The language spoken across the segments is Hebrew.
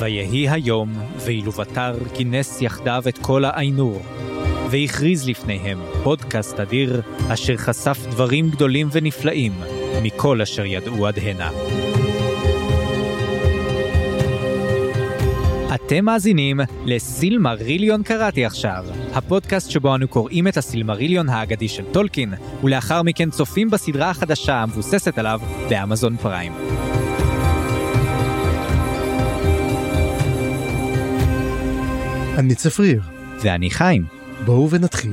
ויהי היום, ואילו ותר כינס יחדיו את כל העינור, והכריז לפניהם פודקאסט אדיר, אשר חשף דברים גדולים ונפלאים, מכל אשר ידעו עד הנה. אתם מאזינים לסילמריליון קראתי עכשיו, הפודקאסט שבו אנו קוראים את הסילמריליון האגדי של טולקין, ולאחר מכן צופים בסדרה החדשה המבוססת עליו באמזון פריים. אני צפריר. ואני חיים. בואו ונתחיל.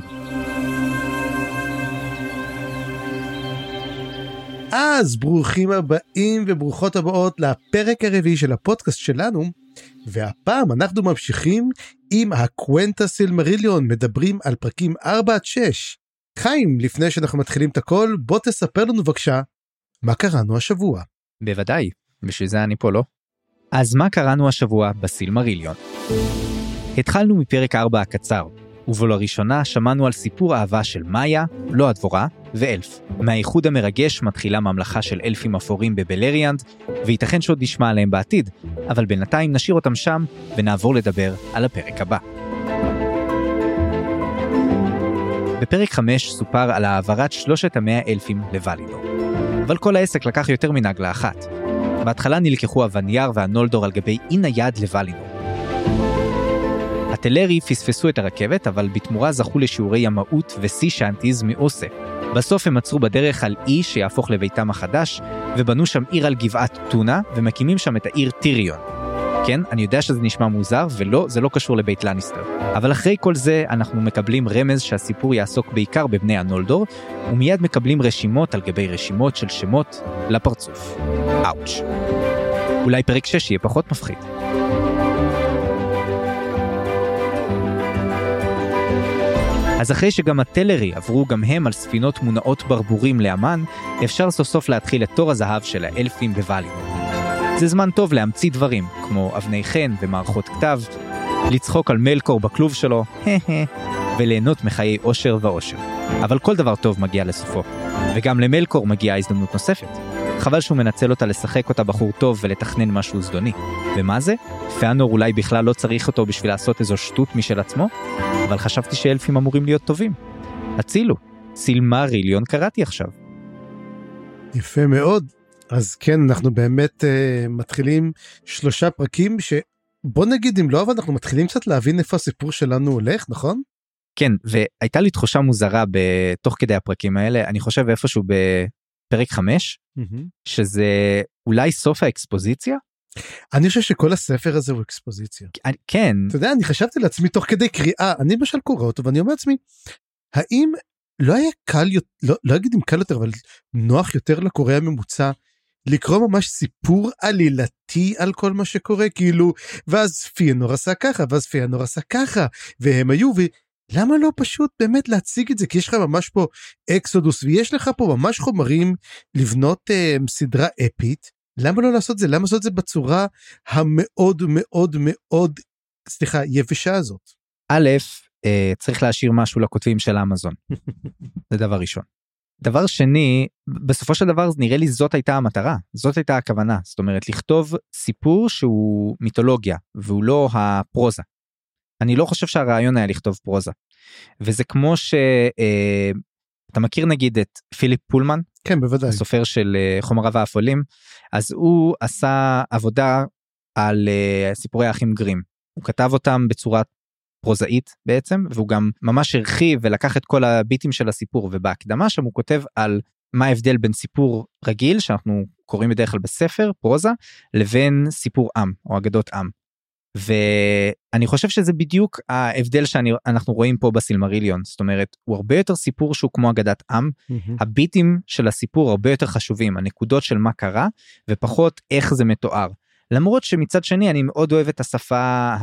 אז ברוכים הבאים וברוכות הבאות לפרק הרביעי של הפודקאסט שלנו, והפעם אנחנו ממשיכים עם הקוונטה סילמריליון, מדברים על פרקים 4-6. חיים, לפני שאנחנו מתחילים את הכל, בוא תספר לנו בבקשה, מה קראנו השבוע? בוודאי, בשביל זה אני פה לא. אז מה קראנו השבוע בסילמריליון? התחלנו מפרק 4 הקצר, ובו לראשונה שמענו על סיפור אהבה של מאיה, לא הדבורה, ואלף. מהאיחוד המרגש מתחילה ממלכה של אלפים אפורים בבלריאנד, וייתכן שעוד נשמע עליהם בעתיד, אבל בינתיים נשאיר אותם שם, ונעבור לדבר על הפרק הבא. בפרק 5 סופר על העברת 300 אלפים לוולינור. אבל כל העסק לקח יותר מנגלה אחת. בהתחלה נלקחו הווניאר והנולדור על גבי אי נייד לוולינור. הטלרי פספסו את הרכבת, אבל בתמורה זכו לשיעורי ימאות וסי שאנטיז מאוסה. בסוף הם עצרו בדרך על אי שיהפוך לביתם החדש, ובנו שם עיר על גבעת טונה, ומקימים שם את העיר טיריון. כן, אני יודע שזה נשמע מוזר, ולא, זה לא קשור לבית לניסטר. אבל אחרי כל זה, אנחנו מקבלים רמז שהסיפור יעסוק בעיקר בבני הנולדור, ומיד מקבלים רשימות על גבי רשימות של שמות לפרצוף. אאוץ'. אולי פרק 6 יהיה פחות מפחיד. אז אחרי שגם הטלרי עברו גם הם על ספינות מונעות ברבורים לאמן, אפשר סוף סוף להתחיל את תור הזהב של האלפים בוולינור. זה זמן טוב להמציא דברים, כמו אבני חן ומערכות כתב, לצחוק על מלקור בכלוב שלו, וליהנות מחיי אושר ואושר. אבל כל דבר טוב מגיע לסופו, וגם למלקור מגיעה הזדמנות נוספת. חבל שהוא מנצל אותה לשחק אותה בחור טוב ולתכנן משהו זדוני. ומה זה? פאנור אולי בכלל לא צריך אותו בשביל לעשות איזו שטות משל עצמו, אבל חשבתי שאלפים אמורים להיות טובים. הצילו, סילמריליון קראתי עכשיו. יפה מאוד. אז כן, אנחנו באמת מתחילים 3 פרקים שבוא נגיד אם לא, אבל אנחנו מתחילים קצת להבין איפה הסיפור שלנו הולך, נכון? כן, והייתה לי תחושה מוזרה בתוך כדי הפרקים האלה, אני חושב איפשהו בפרק 5, שזה אולי סוף האקספוזיציה? אני חושב שכל הספר הזה הוא אקספוזיציה. כן. אתה יודע, אני חשבתי לעצמי תוך כדי קריאה, אני למשל קורא אותו, ואני אומר לעצמי, האם לא היה קל, לא אגיד אם קל יותר, אבל נוח יותר לקורא הממוצע, לקרוא ממש סיפור עלילתי על כל מה שקורה, כאילו, ואז פיאנור עשה ככה, ואז פיאנור עשה ככה, והם היו, ולמה לא פשוט באמת להציג את זה, כי יש לך ממש פה אקסודוס, ויש לך פה ממש חומרים לבנות סדרה אפית, למה לא לעשות זה? למה לעשות זה בצורה המאוד מאוד מאוד, יבשה הזאת? א', צריך להשאיר משהו לכותבים של אמזון. זה דבר ראשון. דבר שני, בסופו של דבר נראה לי זאת הייתה המטרה, זאת הייתה הכוונה, זאת אומרת לכתוב סיפור שהוא מיתולוגיה, והוא לא הפרוזה. אני לא חושב שהרעיון היה לכתוב פרוזה. וזה כמו אתה מכיר נגיד את פיליפ פולמן? כן, בוודאי. הסופר של חומריו האפלים, אז הוא עשה עבודה על סיפורי האחים גרים. הוא כתב אותם בצורה פרוזאית בעצם, והוא גם ממש הרחיב ולקח את כל הביטים של הסיפור, ובהקדמה שם הוא כותב על מה ההבדל בין סיפור רגיל, שאנחנו קוראים בדרך כלל בספר, פרוזה, לבין סיפור עם, או אגדות עם. ואני חושב שזה בדיוק ההבדל שאנחנו רואים פה בסילמריליון, זאת אומרת, הוא הרבה יותר סיפור שהוא כמו אגדת עם, הביטים של הסיפור הרבה יותר חשובים, הנקודות של מה קרה, ופחות איך זה מתואר. למרות שמצד שני אני מאוד אוהב את השפה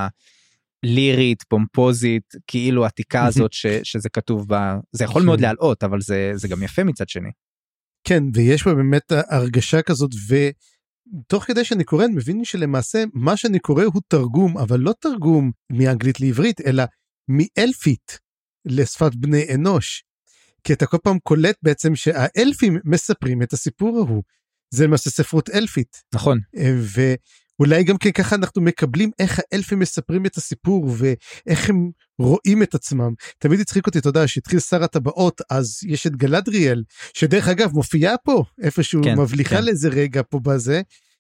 לירית, פומפוזית, כאילו עתיקה הזאת שזה כתוב בה, זה יכול מאוד להלאות, אבל זה גם יפה מצד שני. כן, ויש פה באמת הרגשה כזאת, ותוך כדי שאני קורא, אני מבין שלמעשה מה שאני קורא הוא תרגום, אבל לא תרגום מאנגלית לעברית, אלא מאלפית לשפת בני אנוש. כי אתה כל פעם קולט בעצם שהאלפים מספרים את הסיפור ההוא, זה מה שספרות אלפית. נכון. אולי גם כן ככה אנחנו מקבלים איך האלפים מספרים את הסיפור, ואיך הם רואים את עצמם. תמיד הצחיק אותי, אתה יודע, שהתחיל שר הטבעות, אז יש את גלדריאל, שדרך אגב מופיעה פה, איפשהו מבליחה לאיזה רגע פה בזה,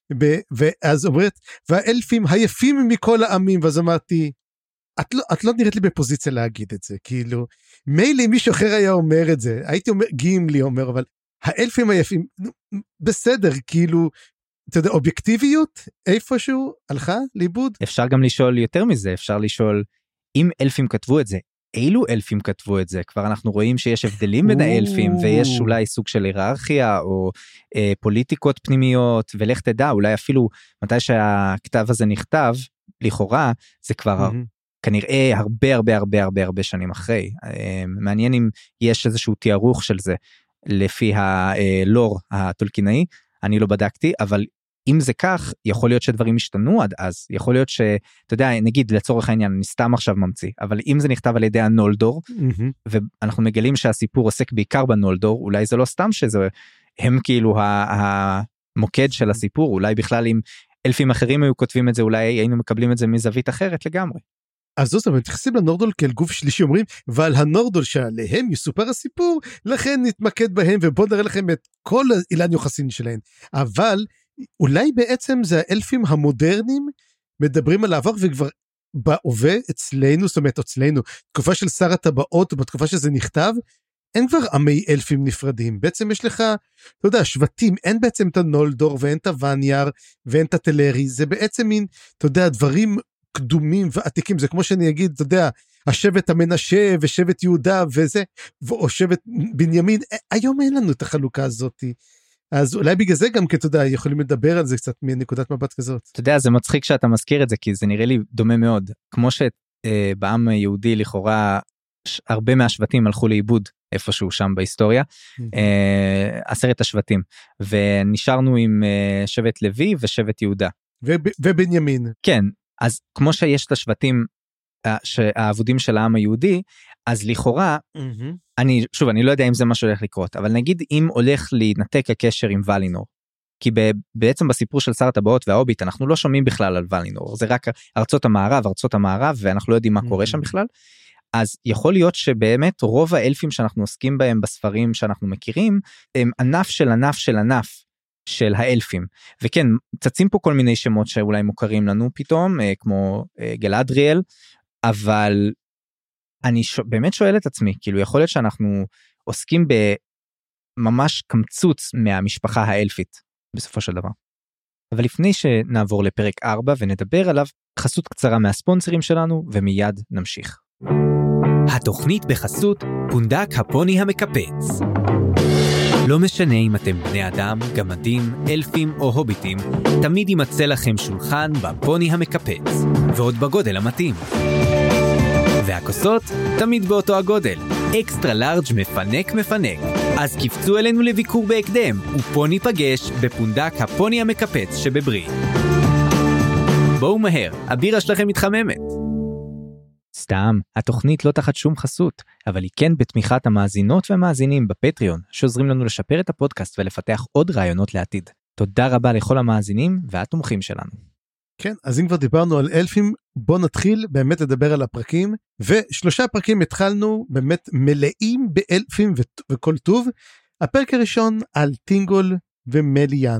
ואז אומרת, והאלפים היפים מכל העמים, ואז אמרתי, את לא נראית לי בפוזיציה להגיד את זה, כאילו, מילא מישהו אחר היה אומר את זה, הייתי אומר, גימלי אומר, אבל האלפים היפים, בסדר, כאילו, אתה יודע, אובייקטיביות, איפשהו, הלכה לאיבוד? אפשר גם לשאול יותר מזה, אפשר לשאול, אם אלפים כתבו את זה, אילו אלפים כתבו את זה? כבר אנחנו רואים שיש הבדלים בין האלפים, ויש אולי סוג של היררכיה, או פוליטיקות פנימיות, ולך תדע, אולי אפילו, מתי שהכתב הזה נכתב, לכאורה, זה כבר כנראה הרבה שנים אחרי. מעניין אם יש איזשהו תיארוך של זה, לפי הלור הטולקינאי, אני לא בדקתי, אבל אם זה כך, יכול להיות שדברים השתנו עד אז, יכול להיות אתה יודע, נגיד לצורך העניין, אני סתם עכשיו ממציא, אבל אם זה נכתב על ידי הנולדור, ואנחנו מגלים שהסיפור עוסק בעיקר בנולדור, אולי זה לא סתם שזה, הם כאילו המוקד של הסיפור, אולי בכלל אם אלפים אחרים היו כותבים את זה, אולי היינו מקבלים את זה מזווית אחרת לגמרי. אז זאת אומרת, מתייחסים לנורדול כאל גוף שלישי, אומרים, ועל הנורדול שעליהם יסופר הסיפור, לכן נתמקד בהם, ובואו נראה לכם את כל אילן יוחסין שלהם. אבל אולי בעצם זה האלפים המודרניים, מדברים על העבר, וכבר בהווה אצלנו, זאת אומרת אצלנו, תקופה של שר הטבעות, בתקופה שזה נכתב, אין כבר עמי אלפים נפרדים, בעצם יש לך, אתה יודע, שבטים, אין בעצם את הנולדור, ואין את הווניאר, ואין את הטלרי, זה בעצם מין, אתה יודע, דברים קדומים ועתיקים, זה כמו שאני אגיד, אתה יודע, השבט המנשה ושבט יהודה וזה, או שבט בנימין, היום אין לנו את החלוקה הזאת, אז אולי בגלל זה גם, כי אתה יודע, יכולים לדבר על זה קצת מנקודת מבט כזאת. אתה יודע, זה מצחיק שאתה מזכיר את זה, כי זה נראה לי דומה מאוד, כמו שבעם היהודי לכאורה, הרבה מהשבטים הלכו לאיבוד איפשהו שם בהיסטוריה, 10 השבטים, ונשארנו עם שבט לוי ושבט יהודה. ובנימין. כן, אז כמו שיש את השבטים העבודים של העם היהודי, אז לכאורה, אני לא יודע אם זה מה שהולך לקרות, אבל נגיד אם הולך להתנתק הקשר עם ולינור, כי בעצם בסיפור של שר הטבעות וההוביט, אנחנו לא שומעים בכלל על ולינור, זה רק ארצות המערב, ואנחנו לא יודעים מה קורה שם בכלל, אז יכול להיות שבאמת רוב האלפים שאנחנו עוסקים בהם בספרים שאנחנו מכירים, הם ענף של ענף של ענף, של האלפים, וכן, צצים פה כל מיני שמות שאולי מוכרים לנו פתאום, כמו גלדריאל, אבל אני באמת שואל את עצמי, כאילו יכול להיות שאנחנו עוסקים בממש קמצוץ מהמשפחה האלפית, בסופו של דבר. אבל לפני שנעבור לפרק 4 ונדבר עליו, חסות קצרה מהספונסרים שלנו, ומיד נמשיך. התוכנית בחסות פונדק הפוני המקפץ. לא משנה אם אתם בני אדם, גמדים, אלפים או הוביטים, תמיד יימצא לכם שולחן בפוני המקפץ, ועוד בגודל המתאים. והכוסות תמיד באותו הגודל, אקסטרה לארג' מפנק. אז קפצו אלינו לביקור בהקדם, ופה ניפגש בפונדק הפוני המקפץ שבבריא. בואו מהר, הבירה שלכם מתחממת. סתם, התוכנית לא תחת שום חסות, אבל היא כן בתמיכת המאזינות והמאזינים בפטריון, שעוזרים לנו לשפר את הפודקאסט ולפתח עוד רעיונות לעתיד. תודה רבה לכל המאזינים והתומכים שלנו. כן, אז אם כבר דיברנו על אלפים, בוא נתחיל באמת לדבר על הפרקים, ו3 פרקים התחלנו באמת מלאים באלפים וכל טוב. הפרק הראשון על טינגול ומליאן.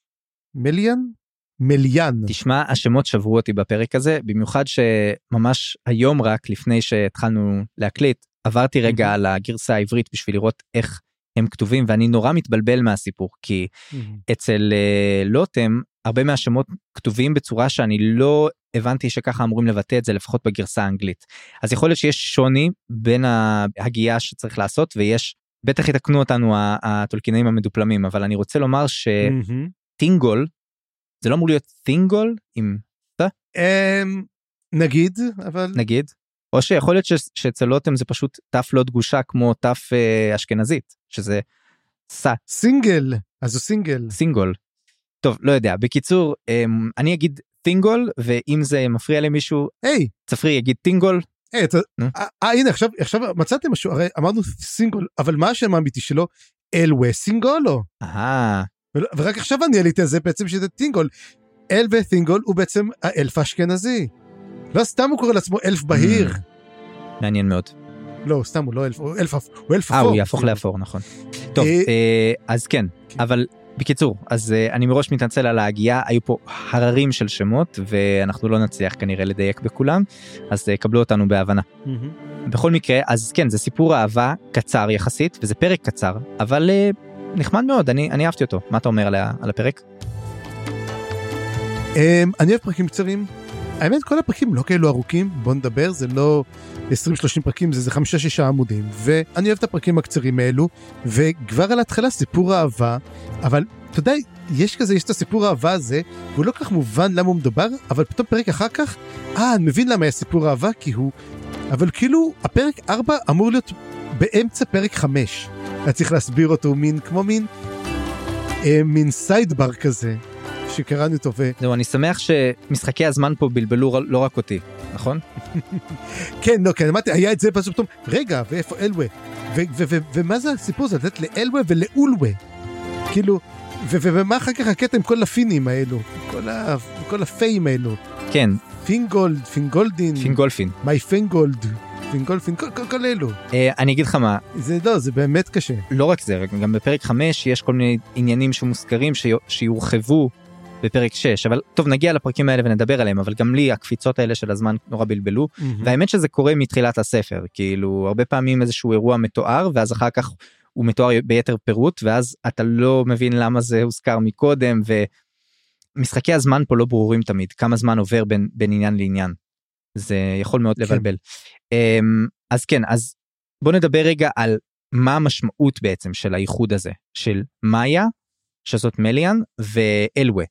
מליאן. תשמע, השמות שברו אותי בפרק הזה, במיוחד שממש היום רק לפני שהתחלנו להקליט, עברתי רגע על הגרסה העברית בשביל לראות איך הם כתובים, ואני נורא מתבלבל מהסיפור, כי אצל לוטם, הרבה מהשמות כתובים בצורה שאני לא הבנתי שככה אמורים לבטא את זה, לפחות בגרסה האנגלית. אז יכול להיות שיש שוני בין ההגייה שצריך לעשות, ויש, בטח יתקנו אותנו הטולקינאים המדופלמים, אבל אני רוצה לומר שטינגול, זה לא אמור להיות טינגול עם ת? נגיד, אבל... נגיד. או שיכול להיות שאצל לוטם זה פשוט תף לא דגושה כמו תף אשכנזית, שזה סה. סינגל, אז הוא סינגל. סינגול. טוב, לא יודע. בקיצור, אני אגיד טינגול, ואם זה מפריע למישהו, צפרי יגיד טינגול. הנה, עכשיו מצאתם משהו, הרי אמרנו סינגול, אבל מה השם האמיתי שלו? אלווה סינגולו. ורק עכשיו אני עליתי על זה בעצם שזה טינגול. אלווה תינגול הוא בעצם האלף האשכנזי. לא סתם הוא קורא לעצמו אלף בהיר. מעניין מאוד. לא, סתם הוא לא אלף, הוא אלף אפור. הוא יהפוך לאפור, נכון. טוב, אז כן, אבל בקיצור, אז אני מראש מתנצל על ההגיעה, היו פה הררים של שמות, ואנחנו לא נצליח כנראה לדייק בכולם, אז קבלו אותנו בהבנה. בכל מקרה, אז כן, זה סיפור אהבה קצר יחסית, וזה פרק קצר, אבל נחמד מאוד, אני אהבתי אותו. מה אתה אומר על הפרק? אני אוהב פרקים קצרים. האמת, כל הפרקים לא כאלו ארוכים, בוא נדבר, זה לא 20-30 פרקים, זה 5-6 עמודים, ואני אוהב את הפרקים הקצרים האלו, וכבר על ההתחלה סיפור אהבה, אבל אתה יודע, יש את הסיפור האהבה הזה, והוא לא כך מובן למה הוא מדובר, אבל פתאום פרק אחר כך, אני מבין למה היה סיפור אהבה, כי הוא, אבל כאילו, הפרק 4 אמור להיות באמצע פרק 5, אני צריך להסביר אותו, כמו מין סיידבר כזה, שקראנו אותו זהו, אני שמח שמשחקי הזמן פה בלבלו לא רק אותי, נכון? כן, לא, כן, אמרתי, היה את זה פתאום, רגע, ואיפה אלווה? ומה זה הסיפור הזה? לתת לאלווה ולאולווה. כאילו, ומה אחר כך הקטע עם כל הפינים האלו? כל הפיים האלו. כן. פינגולדין. פינגולפין. מי פינגולד. פינגולפין, כל אלו. אני אגיד לך מה. זה באמת קשה. לא רק זה, גם בפרק 5 יש כל מיני עניינים שמוזכרים שיורחבו בפרק 6, אבל טוב, נגיע לפרקים האלה ונדבר עליהם, אבל גם לי הקפיצות האלה של הזמן נורא בלבלו, והאמת שזה קורה מתחילת הספר, כאילו הרבה פעמים איזשהו אירוע מתואר, ואז אחר כך הוא מתואר ביתר פירוט, ואז אתה לא מבין למה זה הוזכר מקודם, ומשחקי הזמן פה לא ברורים תמיד, כמה זמן עובר בין עניין לעניין, זה יכול מאוד לבלבל. אז כן, אז בוא נדבר רגע על מה המשמעות בעצם של הייחוד הזה, של מאיה, שזאת מליאן, ואלווה,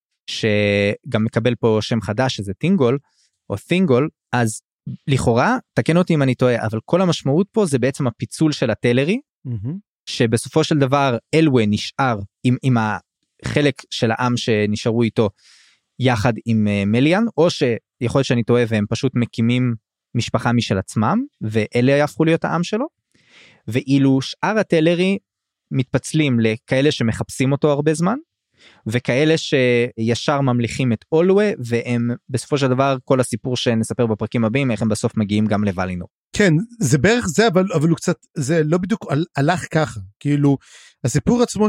שגם מקבל פה שם חדש, שזה טינגול, או תינגול, אז לכאורה, תקן אותי אם אני טועה, אבל כל המשמעות פה זה בעצם הפיצול של הטלרי, שבסופו של דבר אלווה נשאר עם החלק של העם שנשארו איתו, יחד עם מליאן, או שיכול להיות שאני טועה, והם פשוט מקימים משפחה משל עצמם, ואלה יהפכו להיות העם שלו, ואילו שאר הטלרי מתפצלים לכאלה שמחפשים אותו הרבה זמן, וכאלה שישר ממליכים את אולווה, והם בסופו של דבר כל הסיפור שנספר בפרקים הבאים, איך הם בסוף מגיעים גם לוולינור. כן, זה בערך זה, אבל הוא קצת, זה לא בדיוק הלך ככה, כאילו, הסיפור עצמו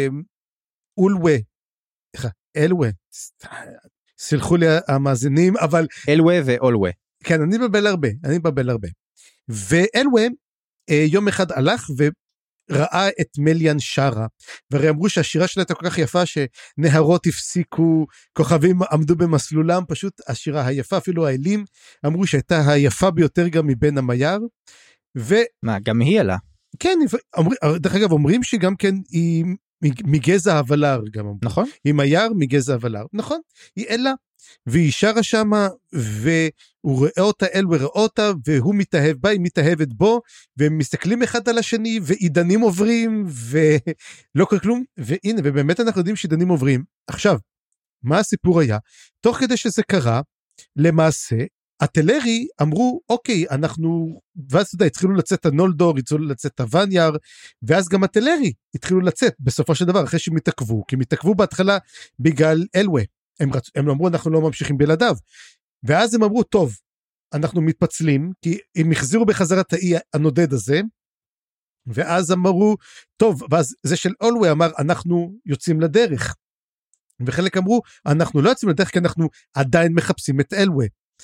אלווה, סלחו לי המאזינים, אבל אלווה ואולווה. כן, אני מבבל הרבה. ואלווה יום אחד הלך וראה את מליאן שרה, והרי אמרו שהשירה שלה הייתה כל כך יפה, שנהרות הפסיקו, כוכבים עמדו במסלולם, פשוט השירה היפה, אפילו האלים, אמרו שהייתה היפה ביותר גם מבין המייר, מה, גם היא עלה? כן, דרך אגב, אומרים שגם כן היא מגזע הוולר, גם אמרו. נכון. היא מייר מגזע הוולר, נכון, היא אלה, והיא שרה שמה, והוא רואה אותה, אלווה רואה אותה, והוא מתאהב בה, היא מתאהבת בו, והם מסתכלים אחד על השני, ועידנים עוברים, ולא קורה כלום, והנה, ובאמת אנחנו יודעים שעידנים עוברים. עכשיו, מה הסיפור היה? תוך כדי שזה קרה, למעשה, הטלרי אמרו, אוקיי, אנחנו, ואז אתה יודע, התחילו לצאת הנולדור, התחילו לצאת הווניאר, ואז גם הטלרי התחילו לצאת, בסופו של דבר, אחרי שהם התעכבו, כי הם התעכבו בהתחלה בגלל אלווה. הם אמרו, אנחנו לא ממשיכים בלעדיו, ואז הם אמרו, טוב, אנחנו מתפצלים, כי הם החזירו בחזרה את האי הנודד הזה, ואז אמרו, טוב, ואז זה של אולווה אמר, אנחנו יוצאים לדרך, וחלק אמרו, אנחנו לא יוצאים לדרך, כי אנחנו עדיין מחפשים את אלווה,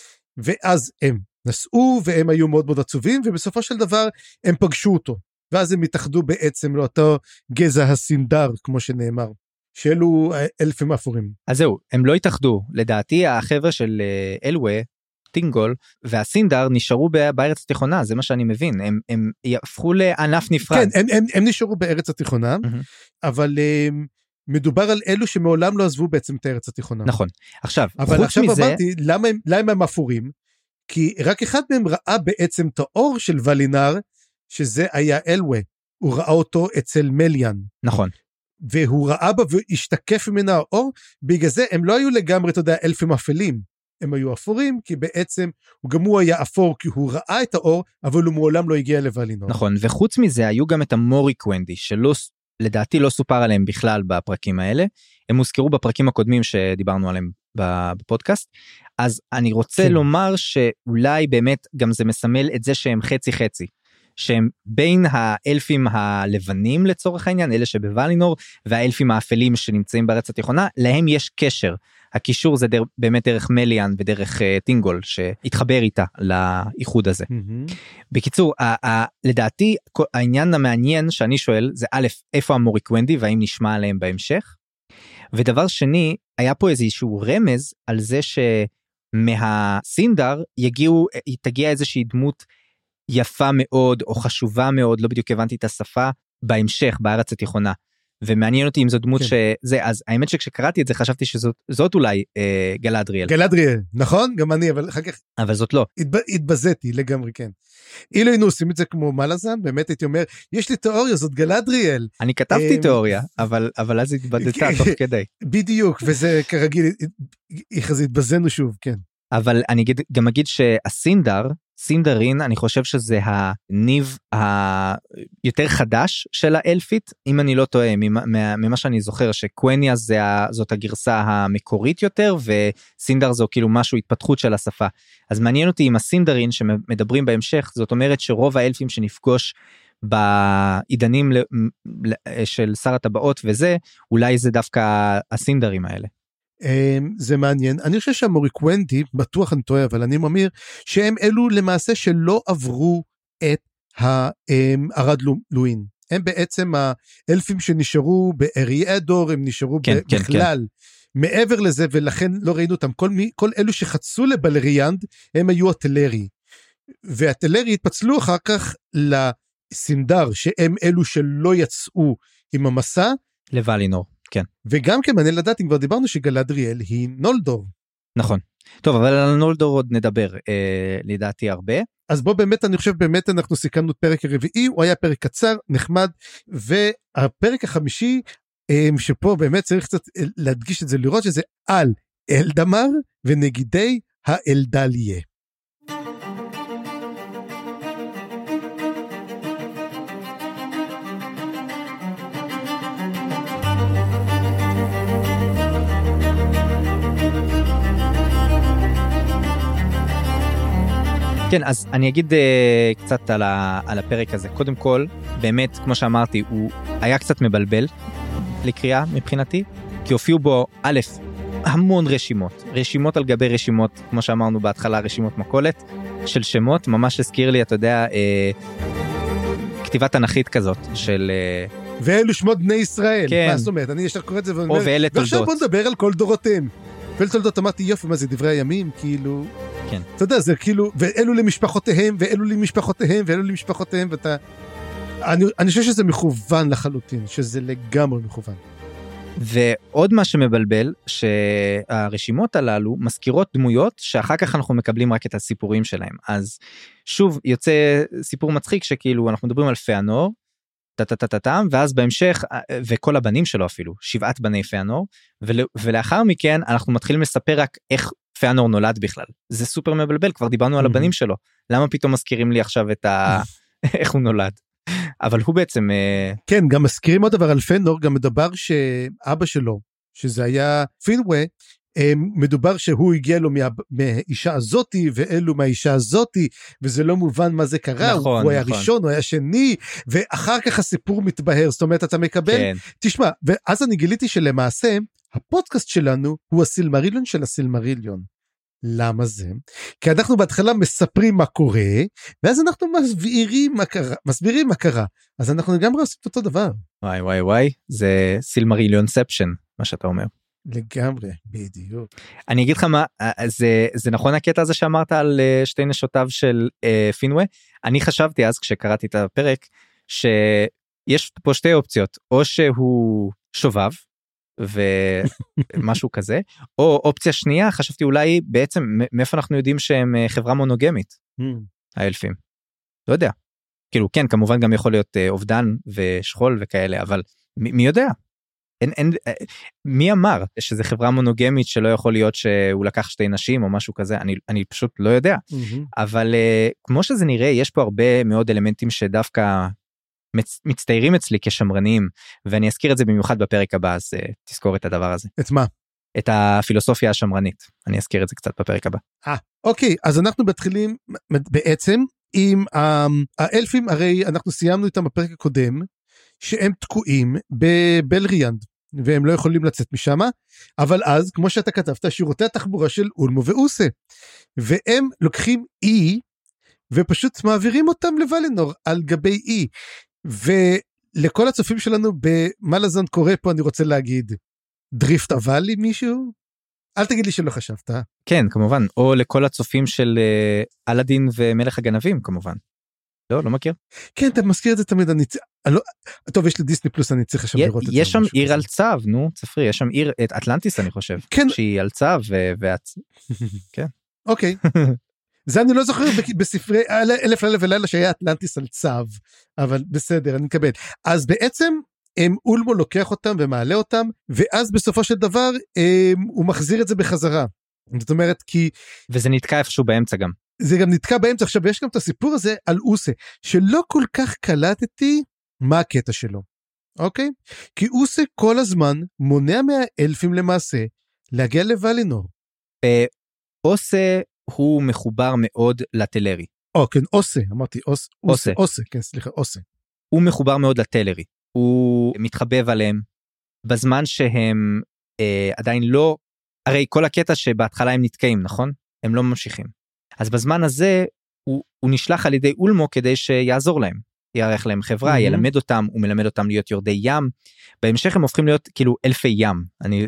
ואז הם נסעו, והם היו מאוד מאוד עצובים, ובסופו של דבר הם פגשו אותו, ואז הם התאחדו בעצם לאותו גזע הסינדר, כמו שנאמר. שאלו אלפים אפורים. אז זהו, הם לא התאחדו. לדעתי, החבר'ה של אלווה, טינגול, והסינדר נשארו בארץ התיכונה, זה מה שאני מבין. הם יהפכו לענף נפרד. כן, הם נשארו בארץ התיכונה, אבל מדובר על אלו שמעולם לא עזבו בעצם את הארץ התיכונה. נכון. עכשיו, אבל עכשיו אמרתי, למה הם אפורים? כי רק אחד מהם ראה בעצם את האור של ולינר, שזה היה אלווה. הוא ראה אותו אצל מליאן. נכון. והוא ראה בה והשתקף ממנה האור, בגלל זה הם לא היו לגמרי, אתה יודע, אלפים אפלים, הם היו אפורים, כי בעצם גם הוא היה אפור, כי הוא ראה את האור, אבל הוא מעולם לא הגיע לוולינור. נכון, וחוץ מזה, היו גם את המורי קוונדי, שלא לדעתי לא סופר עליהם בכלל בפרקים האלה, הם הוזכרו בפרקים הקודמים שדיברנו עליהם בפודקאסט, אז אני רוצה לומר שאולי באמת גם זה מסמל את זה שהם חצי חצי, שהם בין האלפים הלבנים לצורך העניין, אלה שבוולינור, והאלפים האפלים שנמצאים בארץ התיכונה, להם יש קשר. הקישור זה באמת דרך מליאן ודרך טינגול, שהתחבר איתה לאיחוד הזה. בקיצור, לדעתי, העניין המעניין שאני שואל, זה א', איפה המוריקוונדי, והאם נשמע עליהם בהמשך? ודבר שני, היה פה איזשהו רמז על זה שמהסינדר תגיע איזושהי דמות יפה מאוד או חשובה מאוד, לא בדיוק הבנתי את השפה, בהמשך, בארץ התיכונה. ומעניין אותי אם זו דמות שזה, אז האמת שכשקראתי את זה חשבתי שזאת אולי גלדריאל. גלדריאל, נכון? גם אני, אבל אחר כך... אבל זאת לא. התבזיתי לגמרי, כן. אילו היינו עושים את זה כמו מלאזן, באמת הייתי אומר, יש לי תיאוריה, זאת גלדריאל. אני כתבתי תיאוריה, אבל אז התבדתה תוך כדי. בדיוק, וזה כרגיל, התבזנו שוב, כן. אבל אני גם אגיד סינדרין, אני חושב שזה הניב היותר חדש של האלפית, אם אני לא טועה, ממה שאני זוכר, שקווניה זאת הגרסה המקורית יותר, וסינדר זו כאילו משהו התפתחות של השפה. אז מעניין אותי עם הסינדרין שמדברים בהמשך, זאת אומרת שרוב האלפים שנפגוש בעידנים של שר הטבעות וזה, אולי זה דווקא הסינדרים האלה. זה מעניין, אני חושב שהמוריקוונדי, בטוח אני טועה, אבל אני מאמיר, שהם אלו למעשה שלא עברו את הרד לואין, הם בעצם האלפים שנשארו באריאדור, הם נשארו בכלל, מעבר לזה, ולכן לא ראינו אותם, כל אלו שחצו לבלריאנד, הם היו הטלרי, והטלרי התפצלו אחר כך לסינדר, שהם אלו שלא יצאו עם המסע, לוולינור. כן. וגם כמעניין לדעת, אם כבר דיברנו שגלדריאל היא נולדור. נכון. טוב, אבל על נולדור עוד נדבר, לדעתי הרבה. אז בוא באמת, אני חושב באמת אנחנו סיכמנו את פרק הרביעי, הוא היה פרק קצר, נחמד, והפרק החמישי, שפה באמת צריך קצת להדגיש את זה, לראות שזה על אלדמר ונגידי האלדליה. כן, אז אני אגיד קצת על הפרק הזה. קודם כל, באמת, כמו שאמרתי, הוא היה קצת מבלבל לקריאה מבחינתי, כי הופיעו בו, א', המון רשימות על גבי רשימות, כמו שאמרנו בהתחלה, רשימות מקולת, של שמות, ממש הזכיר לי, אתה יודע, כתיבה תנכית כזאת, של... ואלו שמות בני ישראל. כן. מה זאת אומרת? אני ישר קורא את זה או ואלה תולדות. ועכשיו בוא נדבר על כל דורותיהם. ואלה תולדות אמרתי, יופי, מה זה דברי הימים? כאילו... כן. אתה יודע, זה כאילו, ואלו למשפחותיהם, ואלו למשפחותיהם, ואלו למשפחותיהם, ואתה... אני חושב שזה מכוון לחלוטין, שזה לגמרי מכוון. ועוד מה שמבלבל, שהרשימות הללו מזכירות דמויות, שאחר כך אנחנו מקבלים רק את הסיפורים שלהם. אז שוב, יוצא סיפור מצחיק, שכאילו אנחנו מדברים על פיאנור, ואז בהמשך, וכל הבנים שלו אפילו, 7 בני פיאנור, ולאחר מכן אנחנו מתחילים לספר רק איך פיאנור נולד בכלל. זה סופר מבלבל, כבר דיברנו על הבנים שלו. למה פתאום מזכירים לי עכשיו את איך הוא נולד? אבל הוא בעצם... כן, גם מזכירים עוד דבר על פיאנור, גם מדובר שאבא שלו, שזה היה פינווה, מדובר שהוא הגיע לו מהאישה הזאתי, ואלו מהאישה הזאתי, וזה לא מובן מה זה קרה, נכון, הוא היה ראשון, הוא היה שני, ואחר כך הסיפור מתבהר, זאת אומרת, אתה מקבל, כן. תשמע, ואז אני גיליתי שלמעשה, הפודקאסט שלנו הוא הסילמריליון של הסילמריליון. למה זה? כי אנחנו בהתחלה מספרים מה קורה, ואז אנחנו מסבירים מה קרה, אז אנחנו לגמרי עושים אותו דבר. וואי, זה סילמריליונספשן, מה שאתה אומר. לגמרי, בדיוק. אני אגיד לך מה, זה נכון הקטע הזה שאמרת על שתי נשותיו של פינווה? אני חשבתי אז כשקראתי את הפרק, שיש פה שתי אופציות, או שהוא שובב, ומשהו כזה, או אופציה שנייה, חשבתי אולי בעצם, מאיפה אנחנו יודעים שהם חברה מונוגמית, האלפים. לא יודע. כאילו כן, כמובן גם יכול להיות אובדן ושכול וכאלה, אבל מי יודע? מי אמר שזה חברה מונוגמית שלא יכול להיות שהוא לקח שתי נשים או משהו כזה, אני פשוט לא יודע, אבל כמו שזה נראה, יש פה הרבה מאוד אלמנטים שדווקא מצטיירים אצלי כשמרניים, ואני אזכיר את זה במיוחד בפרק הבא, אז תזכור את הדבר הזה. את מה? את הפילוסופיה השמרנית, אני אזכיר את זה קצת בפרק הבא. אוקיי, אז אנחנו מתחילים בעצם עם האלפים, הרי אנחנו סיימנו איתם בפרק הקודם, שהם תקועים בבלריאנד, והם לא יכולים לצאת משם, אבל אז, כמו שאתה כתבת, שירותי התחבורה של אולמו ואוסה, והם לוקחים אי, ופשוט מעבירים אותם לוולנור, על גבי אי, ולכל הצופים שלנו, במה לזון קורה פה, אני רוצה להגיד, דריפט אבל לי מישהו? אל תגיד לי שלא חשבת. כן, כמובן, או לכל הצופים של אלאדין ומלך הגנבים, כמובן. לא מכיר? כן, אתה מזכיר את זה תמיד, טוב, יש לי דיסני פלוס, אני צריך עכשיו לראות את זה. יש שם עיר על צו, נו, צפרי, יש שם עיר, את אטלנטיס אני חושב, שהיא על צו, כן. אוקיי. זה אני לא זוכר בספרי אלף לילה ולילה שהיה אטלנטיס על צו, אבל בסדר, אני מקבל. אז בעצם אולמו לוקח אותם ומעלה אותם, ואז בסופו של דבר הוא מחזיר את זה בחזרה. זאת אומרת, כי... וזה נתקע איפשהו באמצע גם. זה גם נתקע באמצע. עכשיו, יש גם את הסיפור הזה על אוסה, שלא כל כך קלטתי מה הקטע שלו. אוקיי? כי אוסה כל הזמן מונע מהאלפים למעשה להגיע לוולינור. אוסה הוא מחובר מאוד לטלרי. כן, אוסה, אמרתי, אוסה, כן, סליחה, אוסה. הוא מחובר מאוד לטלרי. הוא מתחבב עליהם, בזמן שהם עדיין לא, הרי כל הקטע שבהתחלה הם נתקעים, נכון? הם לא ממשיכים. אז בזמן הזה, הוא נשלח על ידי אולמו כדי שיעזור להם, יערך להם חברה, ילמד אותם, הוא מלמד אותם להיות יורדי ים, בהמשך הם הופכים להיות כאילו אלפי ים,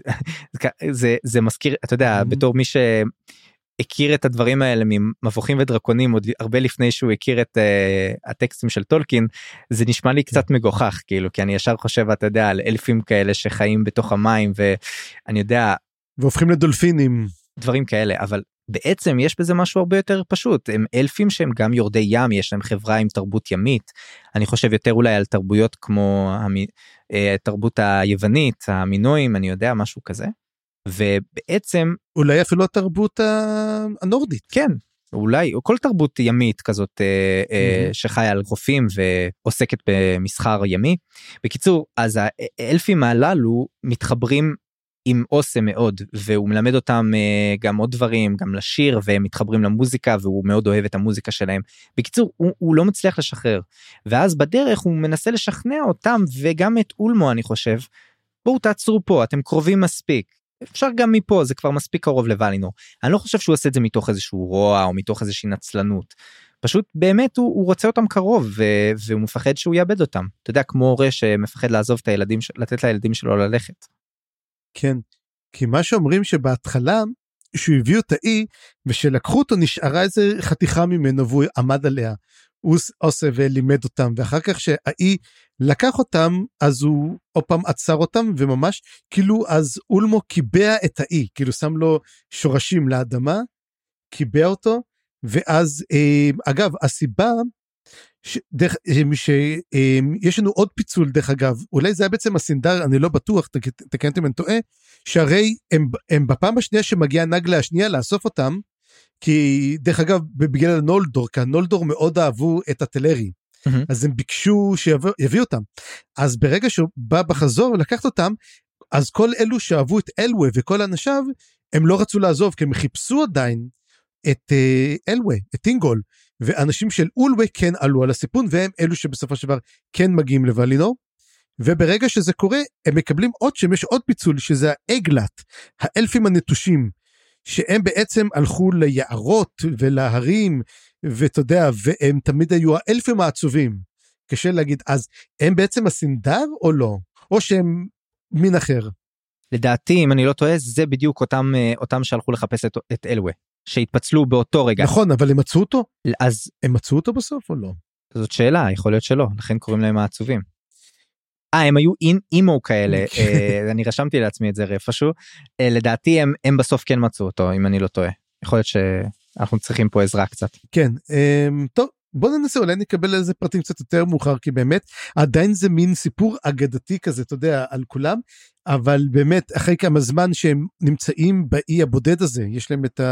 זה מזכיר, אתה יודע, בתור מי הכיר את הדברים האלה ממבוכים ודרקונים, עוד הרבה לפני שהוא הכיר את הטקסטים של טולקין, זה נשמע לי קצת מגוחך, כאילו, כי אני ישר חושב, אתה יודע, על אלפים כאלה שחיים בתוך המים, ואני יודע... והופכים לדולפינים. דברים כאלה, אבל בעצם יש בזה משהו הרבה יותר פשוט, הם אלפים שהם גם יורדי ים, יש להם חברה עם תרבות ימית, אני חושב יותר אולי על תרבויות כמו התרבות היוונית, המינואים, אני יודע, משהו כזה. ובעצם אולי אפילו התרבות הנורדית. כן, אולי, או כל תרבות ימית כזאת שחיה על חופים ועוסקת במסחר ימי. בקיצור, אז האלפים הללו מתחברים עם אוסה מאוד, והוא מלמד אותם גם עוד דברים, גם לשיר, והם מתחברים למוזיקה, והוא מאוד אוהב את המוזיקה שלהם. בקיצור, הוא לא מצליח לשחרר, ואז בדרך הוא מנסה לשכנע אותם, וגם את אולמו אני חושב, בואו תעצרו פה, אתם קרובים מספיק. אפשר גם מפה, זה כבר מספיק קרוב לוולינור. אני לא חושב שהוא עושה את זה מתוך איזשהו רוע, או מתוך איזושהי נצלנות. פשוט באמת הוא רוצה אותם קרוב, והוא מפחד שהוא יאבד אותם. אתה יודע, כמו הורה שמפחד לעזוב את הילדים, לתת לילדים שלו ללכת. כן, כי מה שאומרים שבהתחלה, שהוא הביא את האי, ושלקחו אותו נשארה איזה חתיכה ממנו, והוא עמד עליה. הוא עושה ולימד אותם, ואחר כך שהאי לקח אותם, אז הוא עוד פעם עצר אותם, וממש כאילו אז אולמו קיבע את האי, כאילו שם לו שורשים לאדמה, קיבע אותו, ואז אגב הסיבה שיש לנו עוד פיצול דרך אגב, אולי זה היה בעצם הסינדר, אני לא בטוח, תקנתם אם אני טועה, שהרי הם בפעם השנייה שמגיעה נגלה השנייה לאסוף אותם, כי דרך אגב בגלל הנולדור, כי הנולדור מאוד אהבו את הטלרי, אז הם ביקשו שיביא אותם, אז ברגע שהוא בא בחזור ולקחת אותם, אז כל אלו שאהבו את אלווה וכל אנשיו, הם לא רצו לעזוב, כי הם חיפשו עדיין את אלווה, את טינגול, ואנשים של אולווה כן עלו על הסיפון, והם אלו שבסופו של דבר כן מגיעים לוולינור, וברגע שזה קורה, הם מקבלים עוד שם, יש עוד פיצול, שזה האגלת, האלפים הנטושים, שהם בעצם הלכו ליערות ולהרים, ואתה יודע, והם תמיד היו האלפים העצובים, קשה להגיד, אז הם בעצם הסינדר או לא? או שהם מין אחר? לדעתי, אם אני לא טועה, זה בדיוק אותם שהלכו לחפש את אלווה, שהתפצלו באותו רגע. נכון, אבל הם מצאו אותו? אז... הם מצאו אותו בסוף או לא? זאת שאלה, יכול להיות שלא, לכן קוראים להם העצובים. הם היו אימו כאלה, אני רשמתי לעצמי את זה רפשו, לדעתי הם בסוף כן מצאו אותו, אם אני לא טועה. יכול להיות שאנחנו צריכים פה עזרה קצת. כן, טוב, בוא ננסה, אולי נקבל איזה פרטים קצת יותר מאוחר, כי באמת עדיין זה מין סיפור אגדתי כזה, אתה יודע, על כולם, אבל באמת אחרי כמה זמן שהם נמצאים באי הבודד הזה, יש להם את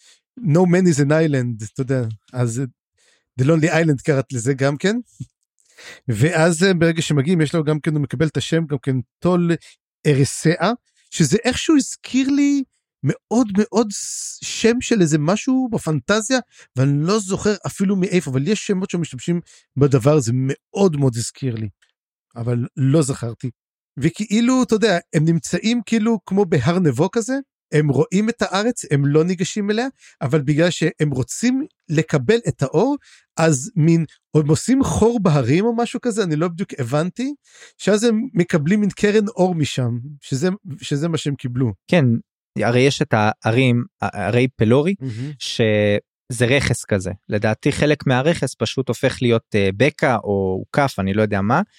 No Man is an Island, אתה יודע, אז The Lonely Island קראת לזה גם כן, ואז ברגע שמגיעים, יש לו גם כן, הוא מקבל את השם, גם כן טול ארסאה, שזה איכשהו הזכיר לי מאוד מאוד שם של איזה משהו בפנטזיה, ואני לא זוכר אפילו מאיפה, אבל יש שמות שמשתמשים בדבר הזה, מאוד מאוד הזכיר לי, אבל לא זכרתי. וכאילו, אתה יודע, הם נמצאים כאילו כמו בהר נבו כזה, הם רואים את הארץ, הם לא ניגשים אליה, אבל בגלל שהם רוצים לקבל את האור, אז הם עושים חור בהרים או משהו כזה, אני לא בדיוק הבנתי, שאז הם מקבלים מין קרן אור משם, שזה מה שהם קיבלו. כן, הרי יש את הערים, הרי פלורי, שזה רכס כזה. לדעתי חלק מהרכס פשוט הופך להיות בקע או קף, אני לא יודע מה,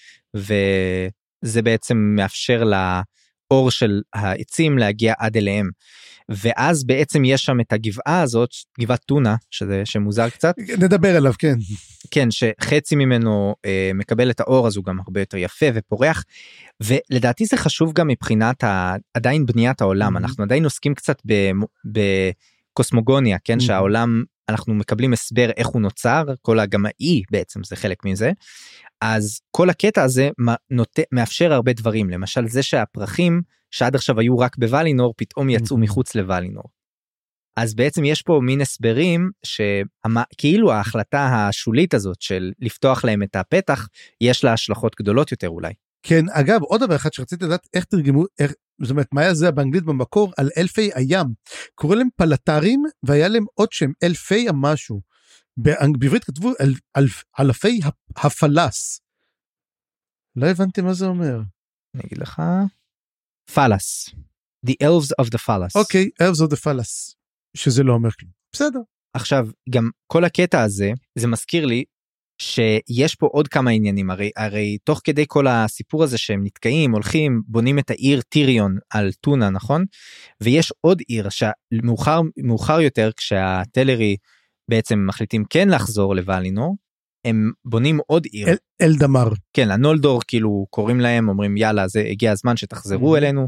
וזה בעצם מאפשר לאור של העצים להגיע עד אליהם. ואז בעצם יש שם את הגבעה הזאת, גבעת טונה, שמוזר קצת. נדבר עליו, כן. כן, שחצי ממנו מקבל את האור, אז הוא גם הרבה יותר יפה ופורח, ולדעתי זה חשוב גם מבחינת עדיין בניית העולם, אנחנו עדיין עוסקים קצת בקוסמוגוניה, כן, שהעולם, אנחנו מקבלים הסבר איך הוא נוצר, כל הגמאי בעצם זה חלק מזה, אז כל הקטע הזה מאפשר הרבה דברים, למשל זה שהפרחים שעד עכשיו היו רק בוולינור, פתאום יצאו מחוץ לוולינור. אז בעצם יש פה מין הסברים, שכאילו ההחלטה השולית הזאת של לפתוח להם את הפתח, יש לה השלכות גדולות יותר אולי. כן, אגב, עוד דבר אחד שרציתי לדעת, איך תרגמו, זאת אומרת, מה היה זה באנגלית במקור, על אלפי הים. קורא להם פלטרים, והיה להם עוד שם, אלפי המשהו. בעברית כתבו אלפי הפלס. לא הבנתי מה זה אומר. אני אגיד לך, פלס. The elves of the phallus. אוקיי, elves of the phallus. שזה לא אומר כלום. בסדר. עכשיו, גם כל הקטע הזה, זה מזכיר לי, שיש פה עוד כמה עניינים, הרי תוך כדי כל הסיפור הזה שהם נתקעים, הולכים, בונים את העיר טיריון על טונה, נכון? ויש עוד עיר שמאוחר יותר, כשהטלרי בעצם מחליטים כן לחזור לוולינור, הם בונים עוד עיר. אלדמר. כן, הנולדור כאילו קוראים להם, אומרים יאללה, זה הגיע הזמן שתחזרו אלינו,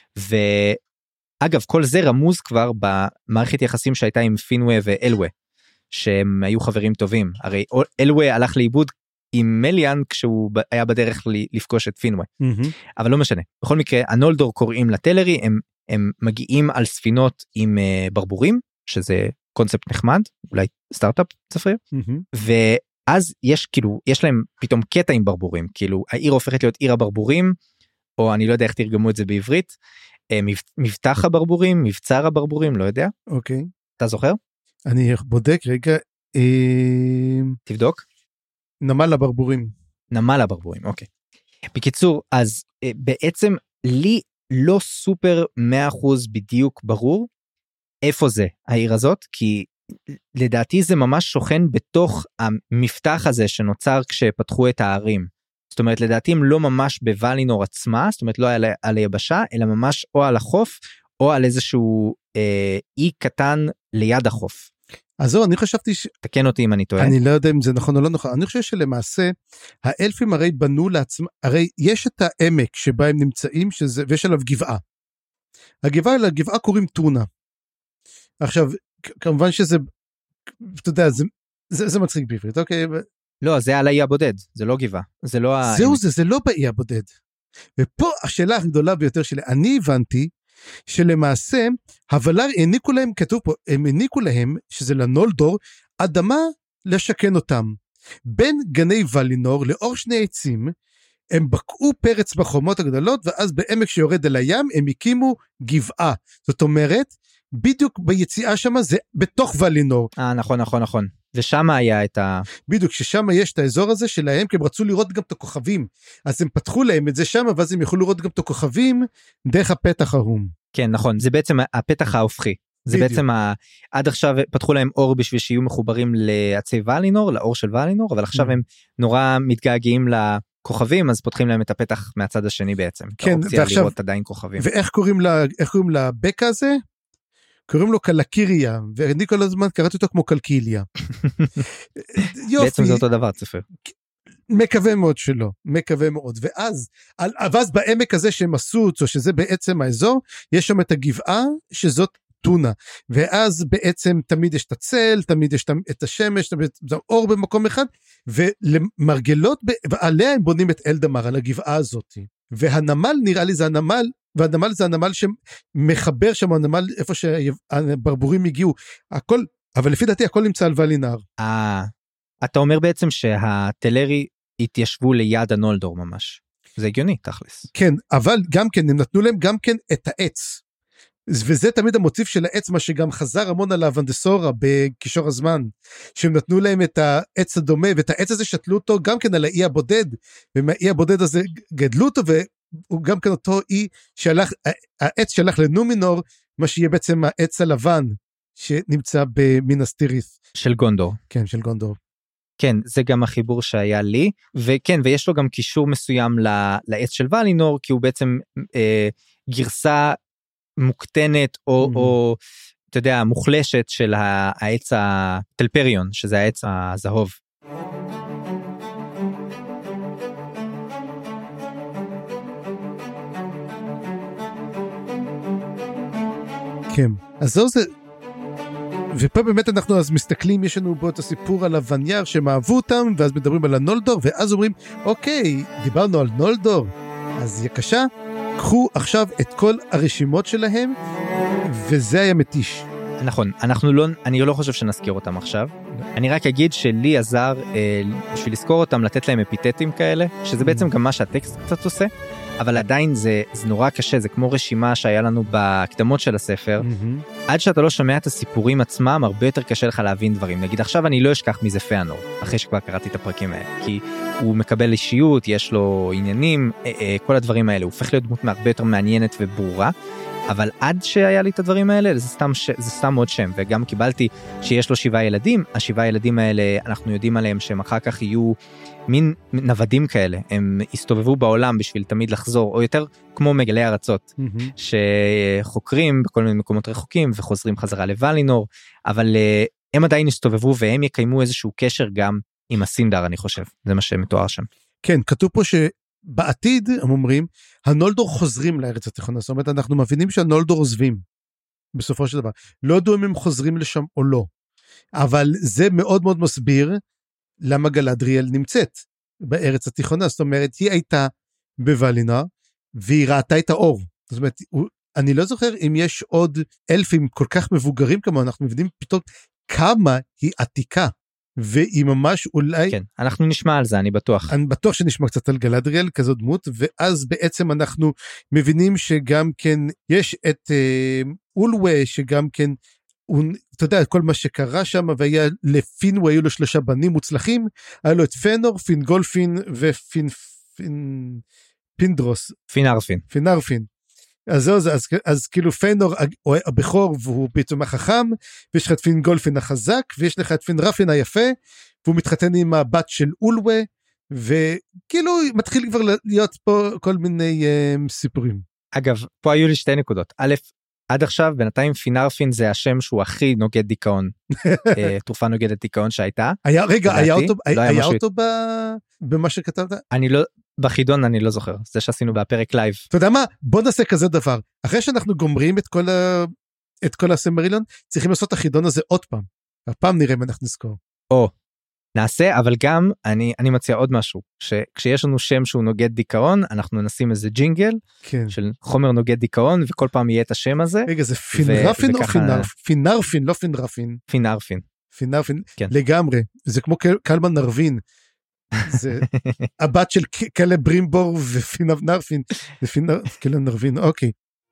ואגב, כל זה רמוז כבר במערכת יחסים שהייתה עם פינווה ואלווה, שהם היו חברים טובים, הרי אלווה הלך לאיבוד עם מליאן כשהוא היה בדרך לפגוש את פינווה, אבל לא משנה, בכל מקרה הנולדור קוראים לטלרי, הם מגיעים על ספינות עם ברבורים, שזה קונספט נחמד, אולי סטארט-אפ צפריר, ואז יש להם פתאום קטע עם ברבורים, כאילו העיר הופכת להיות עיר הברבורים, או אני לא יודע איך תרגמו את זה בעברית, מבטח הברבורים, מבצר הברבורים, לא יודע. אוקיי. אתה זוכר? אני בודק רגע. תבדוק. נמל הברבורים. נמל הברבורים, אוקיי. בקיצור, אז בעצם לי לא סופר 100% בדיוק ברור איפה זה העיר הזאת, כי לדעתי זה ממש שוכן בתוך המפתח הזה שנוצר כשפתחו את הערים. זאת אומרת, לדעתי הם לא ממש בוולינור עצמה, זאת אומרת לא על היבשה, אלא ממש או על החוף, או על איזשהו אי קטן ליד החוף. אז זהו, אני חשבתי תקן אותי אם אני טועה. אני לא יודע אם זה נכון או לא נכון, אני חושב שלמעשה, האלפים הרי בנו לעצמם, הרי יש את העמק שבה הם נמצאים, ויש עליו גבעה. הגבעה קוראים טונה. עכשיו, כמובן שזה, אתה יודע, זה מצחיק בעברית, אוקיי? לא, זה על האי הבודד, זה לא גבעה, זה לא זהו זה לא באי הבודד. ופה השאלה הגדולה ביותר שלי, אני הבנתי שלמעשה, הוולר העניקו להם, כתוב פה, הם העניקו להם, שזה לנולדור, אדמה לשכן אותם. בין גני ולינור לאור שני עצים, הם בקעו פרץ בחומות הגדולות, ואז בעמק שיורד אל הים, הם הקימו גבעה. זאת אומרת, בדיוק ביציאה שמה זה בתוך ולינור. נכון. ושם היה את בדיוק, ששם יש את האזור הזה שלהם, כי הם רצו לראות גם את הכוכבים. אז הם פתחו להם את זה שם, ואז הם יכולו לראות גם את הכוכבים, דרך הפתח ההום. כן, נכון, זה בעצם הפתח ההופכי. זה בעצם, עד עכשיו פתחו להם אור בשביל שיהיו מחוברים לעצי ולינור, לאור של ולינור, אבל עכשיו הם נורא מתגעגעים לכוכבים, אז פותחים להם את הפתח מהצד השני בעצם. כן, ועכשיו, לראות עדיין כוכבים. ואיך קוראים לבקע הזה? קוראים לו קלקיריה, ואני כל הזמן קראתי אותו כמו קלקיליה. בעצם זה אותו דבר, צפר. מקווה מאוד שלא, מקווה מאוד. ואז בעמק הזה שהם עשו, או שזה בעצם האזור, יש שם את הגבעה, שזאת אתונה, ואז בעצם תמיד יש את הצל, תמיד יש את השמש, תמיד את האור במקום אחד, ולמרגלות, ועליה הם בונים את אלדמר, על הגבעה הזאת, והנמל נראה לי זה הנמל, והנמל זה הנמל שמחבר שם, הנמל איפה שהברבורים הגיעו, הכל, אבל לפי דעתי הכל נמצא על ולינר. אתה אומר בעצם שהטלרי התיישבו ליד הנולדור ממש. זה הגיוני, תכלס. כן, אבל גם כן, הם נתנו להם גם כן את העץ. וזה תמיד המוטיב של העץ, מה שגם חזר המון על האבנדסורה בקישור הזמן, שהם נתנו להם את העץ הדומה, ואת העץ הזה שתלו אותו גם כן על האי הבודד, ומהאי הבודד הזה גדלו אותו, והוא גם כן אותו אי שהלך, העץ שהלך לנומינור, מה שיהיה בעצם העץ הלבן, שנמצא במינס טירית'. של גונדור. כן, של גונדור. כן, זה גם החיבור שהיה לי, וכן, ויש לו גם קישור מסוים לעץ של ולינור, כי הוא בעצם גרסה מוקטנת, או אתה יודע, מוחלשת של העץ הטלפריון, שזה העץ הזהוב. כן, אז זהו זה, ופה באמת אנחנו אז מסתכלים, יש לנו בו את הסיפור על הוונייר שהם אהבו אותם, ואז מדברים על הנולדור, ואז אומרים, אוקיי, דיברנו על נולדור, אז יקשה, קחו עכשיו את כל הרשימות שלהם, וזה היה מתיש. נכון, אני לא חושב שנזכיר אותם עכשיו, אני רק אגיד שלי עזר, בשביל לזכור אותם, לתת להם אפיטטים כאלה, שזה בעצם גם מה שהטקסט קצת עושה, אבל עדיין זה נורא קשה, זה כמו רשימה שהיה לנו בהקדמות של הספר, עד שאתה לא שומע את הסיפורים עצמם, הרבה יותר קשה לך להבין דברים. נגיד עכשיו אני לא אשכח מי זה פיאנור, אחרי שכבר קראתי את הפרקים האלה, כי הוא מקבל אישיות, יש לו עניינים, כל הדברים האלה, הוא הופך להיות דמות הרבה יותר מעניינת וברורה, אבל עד שהיה לי את הדברים האלה, זה סתם עוד שם, וגם קיבלתי שיש לו 7 ילדים, ה7 ילדים האלה, אנחנו יודעים עליהם שהם אחר כך יהיו מין נוודים כאלה, הם הסתובבו בעולם בשביל תמיד לחזור, או יותר כמו מגלי ארצות, שחוקרים בכל מיני מקומות רחוקים, וחוזרים חזרה לוולינור, אבל הם עדיין הסתובבו, והם יקיימו איזשהו קשר גם עם הסינדר, אני חושב, זה מה שמתואר שם. כן, כתוב פה שבעתיד, הם אומרים, הנולדור חוזרים לארץ התיכונה, זאת אומרת, אנחנו מבינים שהנולדור עוזבים, בסופו של דבר, לא יודעים אם הם חוזרים לשם או לא, אבל זה מאוד מאוד מסביר, למה גלדריאל נמצאת בארץ התיכונה, זאת אומרת, היא הייתה בוולינר, והיא ראתה את האור, זאת אומרת, אני לא זוכר אם יש עוד אלפים כל כך מבוגרים כמו, אנחנו מבינים פתאום כמה היא עתיקה, והיא ממש אולי... כן, אנחנו נשמע על זה, אני בטוח. אני בטוח שנשמע קצת על גלדריאל, כזו דמות, ואז בעצם אנחנו מבינים שגם כן, יש את אולווה, שגם כן, אתה יודע, כל מה שקרה שם, והיה לפינווי, היו לו 3 בנים מוצלחים, היה לו את פנור, פינגולפין ופינדרוס. פינרפין. אז כאילו פנור הבכור, והוא פתאום החכם, ויש לך את פינגולפין החזק, ויש לך את פינרפין היפה, והוא מתחתן עם הבת של אולווה, וכאילו מתחיל כבר להיות פה כל מיני סיפורים. אגב, פה היו לי 2 נקודות. א', עד עכשיו, בינתיים פינרפין זה השם שהוא הכי נוגד דיכאון, תרופה נוגדת דיכאון שהייתה. רגע, היה אותו במה שכתבת? אני לא, בחידון אני לא זוכר, זה שעשינו בפרק לייב. אתה יודע מה? בוא נעשה כזה דבר, אחרי שאנחנו גומרים את כל הסמרילון, צריכים לעשות את החידון הזה עוד פעם, הפעם נראה אם אנחנו נזכור. נעשה, אבל גם אני מציע עוד משהו, שכשיש לנו שם שהוא נוגד דיכאון, אנחנו נשים איזה ג'ינגל, של חומר נוגד דיכאון, וכל פעם יהיה את השם הזה. רגע, זה פינרפין או פינרפין, לא פינרפין. פינרפין, לגמרי, זה כמו קלמן נרווין, זה הבת של כלב ברימבור ופינרפין, זה כלב נרווין, אוקיי.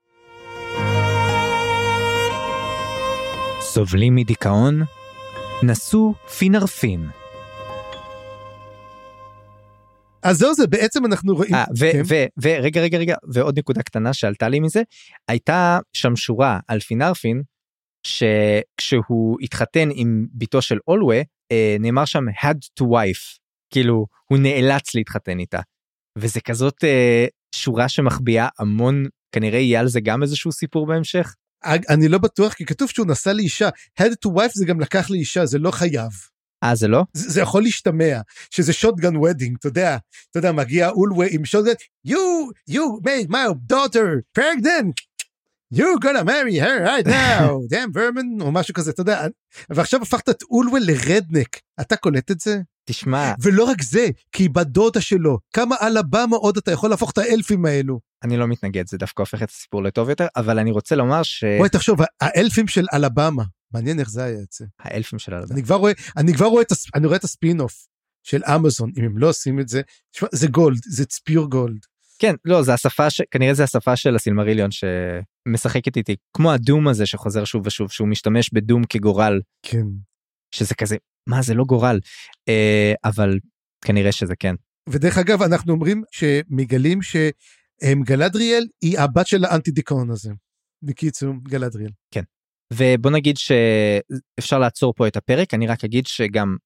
סובלים מדיכאון? נסו פינרפין. אז זהו זה, בעצם אנחנו רואים... רגע, ועוד נקודה קטנה שעלתה לי מזה, הייתה שם שורה על פינרפין, שכשהוא התחתן עם ביתו של אולווה, נאמר שם had to wife, כאילו הוא נאלץ להתחתן איתה, וזה כזאת שורה שמחביאה המון, כנראה יהיה על זה גם איזשהו סיפור בהמשך. אני לא בטוח, כי כתוב שהוא נסע לאישה, had to wife זה גם לקח לאישה, זה לא חייב. זה לא? זה יכול להשתמע, שזה shotgun wedding, אתה יודע, מגיע אולווה עם shotgun, you made my daughter pregnant, You're gonna marry her right now, damn vermin, או משהו כזה, אתה יודע, ועכשיו הפכת את אולוול לרדנק, אתה קולט את זה? תשמע. ולא רק זה, כי בדודה שלו, כמה אלבמה עוד אתה יכול להפוך את האלפים האלו. אני לא מתנגד, זה דווקא הופך את הסיפור לטוב יותר, אבל אני רוצה לומר וואי, תחשוב, האלפים של אלבמה, מעניין איך זה היה יצא. האלפים של אלבמה. אני כבר רואה את הספין-אוף של אמזון, אם הם לא עושים את זה, זה גולד, זה פיור גולד. כן, לא, זה השפה, כנראה זה השפה של הסילמריליון שמשחקת איתי, כמו הדום הזה שחוזר שוב ושוב, שהוא משתמש בדום כגורל. כן. שזה כזה, מה זה לא גורל, אבל כנראה שזה כן. ודרך אגב, אנחנו אומרים שמגלים שגלדריאל היא הבת של האנטי-דיכאון הזה. בקיצור, גלדריאל. כן. ובוא נגיד שאפשר לעצור פה את הפרק, אני רק אגיד שגם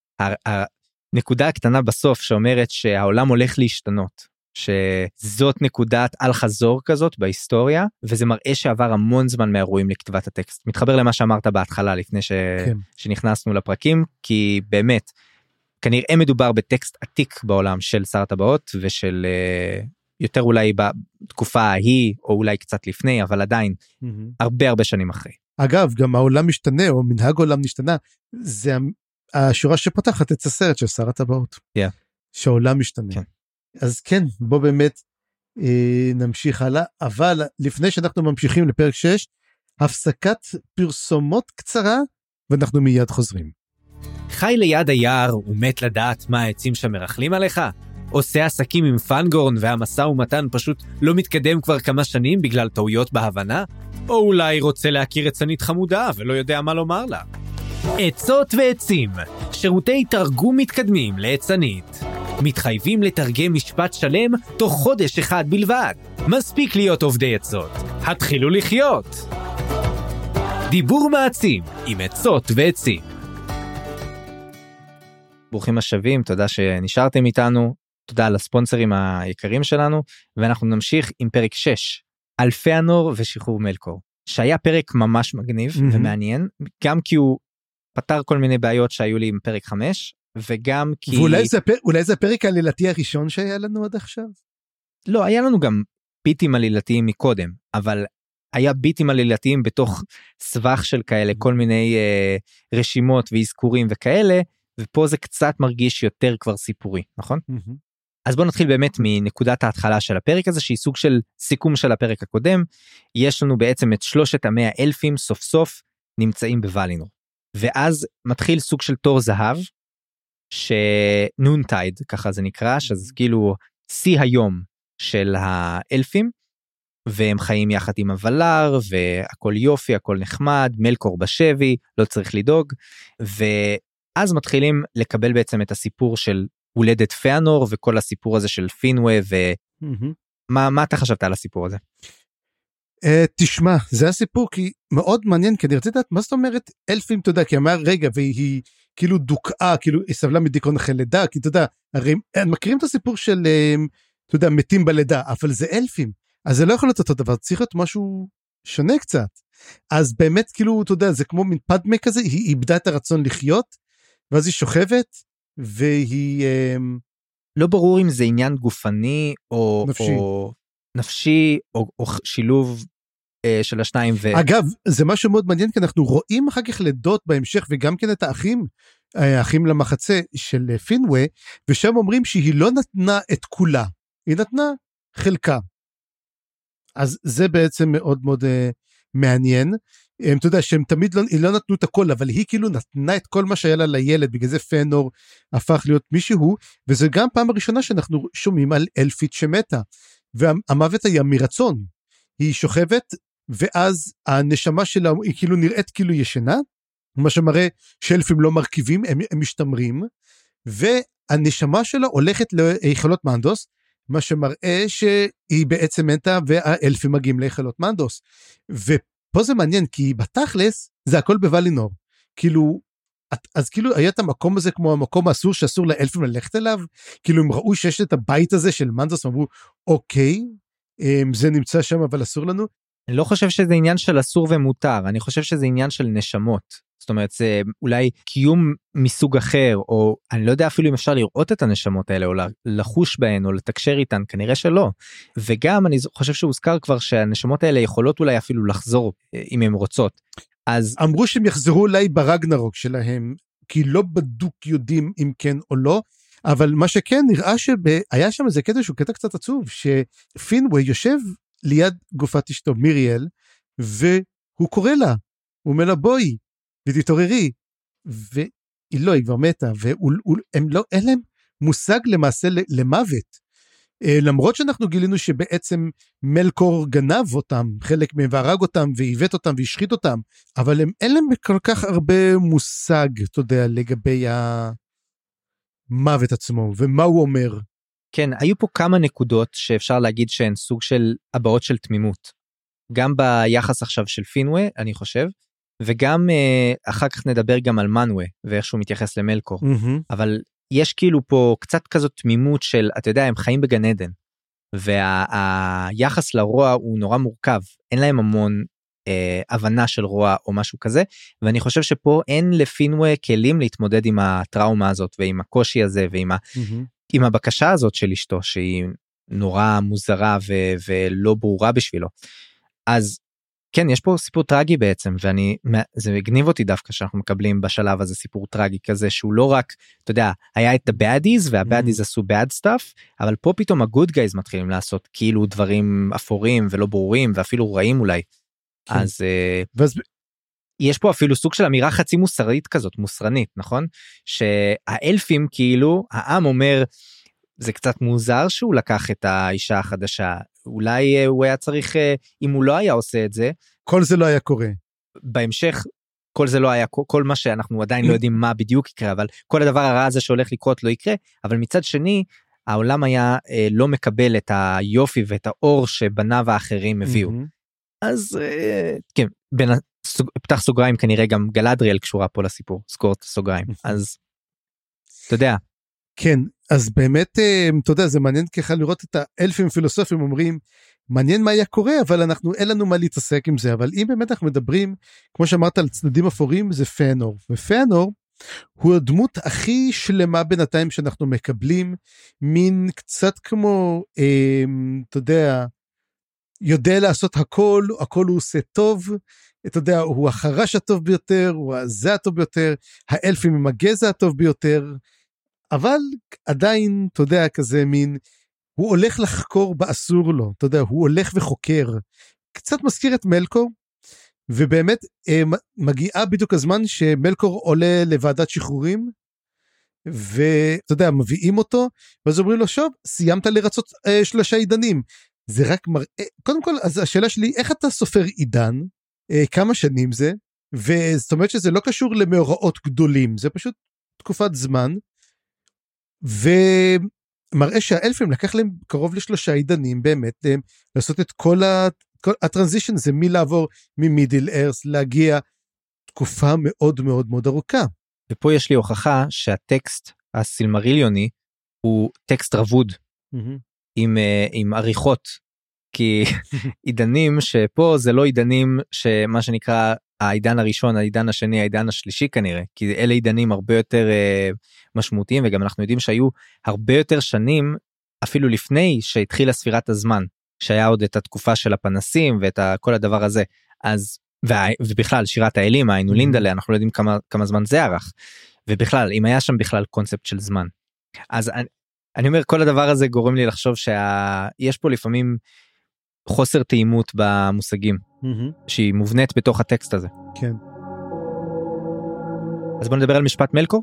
הנקודה הקטנה בסוף שאומרת שהעולם הולך להשתנות. שזאת נקודת על חזור כזאת בהיסטוריה, וזה מראה שעבר המון זמן מהאירועים לכתיבת הטקסט. מתחבר למה שאמרת בהתחלה, לפני שנכנסנו לפרקים, כי באמת, כנראה מדובר בטקסט עתיק בעולם של שר הטבעות, ושל יותר אולי בתקופה ההיא, או אולי קצת לפני, אבל עדיין, הרבה שנים אחרי. אגב, גם העולם משתנה, או מנהג העולם משתנה, זה השורה שפותחת את הסרט של שר הטבעות. שהעולם משתנה. כן. אז כן, בוא באמת נמשיך הלאה, אבל לפני שאנחנו ממשיכים לפרק 6, הפסקת פרסומות קצרה, ואנחנו מיד חוזרים. חי ליד היער ומת לדעת מה העצים שמרחלים עליך? עושה עסקים עם פנגורן והמשא ומתן פשוט לא מתקדם כבר כמה שנים בגלל טעויות בהבנה? או אולי רוצה להכיר עצנית חמודה ולא יודע מה לומר לה? עצות ועצים, שירותי תרגום מתקדמים לעצנית. מתחייבים לתרגם משפט שלם תוך חודש אחד בלבד. מספיק להיות עובדי עצות. התחילו לחיות. דיבור מעצים עם עצות ועצים. ברוכים השבים, תודה שנשארתם איתנו, תודה על הספונסרים היקרים שלנו, ואנחנו נמשיך עם פרק 6, על פיאנור ושחרור מלקור, שהיה פרק ממש מגניב ומעניין, גם כי הוא פתר כל מיני בעיות שהיו לי עם פרק 5, וגם כי... ואולי זה הפרק העלילתי הראשון שהיה לנו עד עכשיו? לא, היה לנו גם ביטים עלילתיים מקודם, אבל היה ביטים עלילתיים בתוך סבך של כאלה, כל מיני רשימות ואזכורים וכאלה, ופה זה קצת מרגיש יותר כבר סיפורי, נכון? אז בואו נתחיל באמת מנקודת ההתחלה של הפרק הזה, שהיא סוג של סיכום של הפרק הקודם. יש לנו בעצם את 300 אלפים סוף סוף נמצאים בוולינור, ואז מתחיל סוג של תור זהב, שנונטייד, ככה זה נקרא, שזה כאילו שיא היום של האלפים, והם חיים יחד עם הוולר, והכל יופי, הכל נחמד, מלקור בשבי, לא צריך לדאוג, ואז מתחילים לקבל בעצם את הסיפור של הולדת פיאנור, וכל הסיפור הזה של פינווה, מה אתה חשבת על הסיפור הזה? תשמע, זה הסיפור כי מאוד מעניין, כי אני רציתי לדעת, מה זאת אומרת אלפים, אתה יודע, כי אמר רגע, והיא כאילו דוקעה, כאילו היא סבלה מדיכאון אחרי לידה, כי אתה יודע, הרי מכירים את הסיפור של, אתה יודע, מתים בלידה, אבל זה אלפים, אז זה לא יכול להיות אותו דבר, צריך להיות משהו שונה קצת, אז באמת כאילו, אתה יודע, זה כמו מין פדמה כזה, היא איבדה את הרצון לחיות, ואז היא שוכבת, והיא... לא ברור אם זה עניין גופני, או נפשי, או שילוב של השניים. אגב, זה משהו מאוד מעניין, כי אנחנו רואים אחר כך לידות בהמשך, וגם כן את האחים למחצה של פינווה, ושם אומרים שהיא לא נתנה את כולה, היא נתנה חלקה. אז זה בעצם מאוד מאוד מעניין. אתה יודע שהם תמיד לא נתנו את הכל, אבל היא כאילו נתנה את כל מה שהיה לה לילד, בגלל זה פיאנור הפך להיות מישהו, וזה גם פעם הראשונה שאנחנו שומעים על אלפית שמתה, והמוות היה מרצון. היא שוכבת, ואז הנשמה שלה היא כאילו נראית כאילו ישנה, מה שמראה שאלפים לא מרכיבים, הם משתמרים, והנשמה שלה הולכת להיכלות מנדוס, מה שמראה שהיא בעצם מתה, והאלפים מגיעים להיכלות מנדוס. ופה זה מעניין, כי בתכלס זה הכל בוולינור. כאילו, אז כאילו היה את המקום הזה כמו המקום האסור שאסור לאלפים ללכת אליו, כאילו הם ראו שיש את הבית הזה של מנדוס, אמרו, אוקיי, זה נמצא שם אבל אסור לנו. אני לא חושב שזה עניין של אסור ומותר, אני חושב שזה עניין של נשמות. זאת זאת אומרת זה אולי קיום מסוג אחר, או אני לא יודע אפילו אם אפשר לראות את הנשמות האלה, או לחוש בהן, או לתקשר איתן, כנראה שלא. וגם אני חושב שהוזכר כבר שהנשמות האלה יכולות אולי אפילו לחזור, אם הן רוצות. אז אמרו שהם יחזרו אולי ברגנרוק שלהם, כי לא בדוק יודעים אם כן או לא, אבל מה שכן נראה שהיה שם איזה קטע שהוא קטע קצת עצוב, שפינווי יושב ליד גופת אשתו מיריאל, והוא קורא לה, הוא אומר לה בואי, ותתעוררי, והיא לא, היא כבר מתה, אין להם מושג למעשה למוות, למרות שאנחנו גילינו שבעצם מלקור גנב אותם, חלק מהם והרג אותם, ועיוות אותם והשחית אותם, אבל אין להם כל כך הרבה מושג, אתה יודע, לגבי המוות עצמו, ומה הוא אומר. כן, היו פה כמה נקודות שאפשר להגיד שהן סוג של הבעות של תמימות, גם ביחס עכשיו של פינווי, אני חושב, וגם אחר כך נדבר גם על מנווי, ואיך שהוא מתייחס למלקור, אבל יש כאילו פה קצת כזאת תמימות של, אתה יודע, הם חיים בגן עדן, והיחס לרוע הוא נורא מורכב, אין להם המון הבנה של רוע או משהו כזה, ואני חושב שפה אין לפינווי כלים להתמודד עם הטראומה הזאת, ועם הקושי הזה, ועם הבקשה הזאת של אשתו, שהיא נורא מוזרה ולא ברורה בשבילו. אז כן, יש פה סיפור טרגי בעצם, זה מגניב אותי דווקא שאנחנו מקבלים בשלב הזה סיפור טרגי כזה, שהוא לא רק, אתה יודע, היה את ה-baddies, וה-baddies עשו bad stuff, אבל פה פתאום ה-good guys מתחילים לעשות כאילו דברים אפורים ולא ברורים, ואפילו רעים אולי. אז יש פה אפילו סוג של אמירה חצי מוסרית כזאת, מוסרנית, נכון? שהאלפים כאילו, העם אומר, זה קצת מוזר שהוא לקח את האישה החדשה, אולי הוא היה צריך, אם הוא לא היה עושה את זה, כל זה לא היה קורה. בהמשך, כל זה לא היה, כל מה שאנחנו עדיין לא יודעים מה בדיוק יקרה, אבל כל הדבר הרע הזה שהולך לקרות לא יקרה, אבל מצד שני, העולם היה לא מקבל את היופי ואת האור שבניו האחרים הביאו. אז כן, פתח סוגריים, כנראה גם גלדריאל קשורה פה לסיפור, סגור את הסוגריים, אז אתה יודע. כן, אז באמת, אתה יודע, זה מעניין ככה לראות את האלפים פילוסופים אומרים, מעניין מה היה קורה, אבל אין לנו מה להתעסק עם זה, אבל אם באמת אנחנו מדברים, כמו שאמרת על צדדים אפורים, זה פאנור, ופאנור הוא הדמות הכי שלמה בינתיים שאנחנו מקבלים, מין קצת כמו, אתה יודע לעשות הכל הוא עושה טוב, אתה יודע, הוא החרש הטוב ביותר, הוא הזה הטוב ביותר, האלפים עם הגזע הטוב ביותר, אבל עדיין, אתה יודע, כזה מין, הוא הולך לחקור באסור לו, אתה יודע, הוא הולך וחוקר, קצת מזכיר את מלקור, ובאמת מגיעה בדיוק הזמן שמלקור עולה לוועדת שחרורים, ואתה יודע, מביאים אותו, ואז אומרים לו, שוב, סיימת לרצות 3 עידנים, זה רק מראה, קודם כל, אז השאלה שלי, איך אתה סופר עידן, כמה שנים זה, וזאת אומרת שזה לא קשור למאורעות גדולים, זה פשוט תקופת זמן, ומראה שהאלפים לקח להם קרוב ל3 עידנים באמת לעשות את כל הטרנזישן, זה מלעבור ממידל ארס להגיע תקופה מאוד מאוד מאוד ארוכה. ופה יש לי הוכחה שהטקסט הסילמריליוני הוא טקסט רבוד עם עריכות, כי עידנים שפה זה לא עידנים שמה שנקרא העידן הראשון, העידן השני, העידן השלישי כנראה, כי אלה עידנים הרבה יותר משמעותיים, וגם אנחנו יודעים שהיו הרבה יותר שנים, אפילו לפני שהתחילה ספירת הזמן, שהיה עוד את התקופה של הפנסים, ואת כל הדבר הזה, אז, ובכלל שירת האלים, היינו לינדלה, אנחנו לא יודעים כמה זמן זה ערך, ובכלל, אם היה שם בכלל קונספט של זמן. אז אני אומר, כל הדבר הזה גורם לי לחשוב שיש פה לפעמים חוסר תאימות במושגים, שהיא מובנית בתוך הטקסט הזה. כן. אז בוא נדבר על משפט מלקור?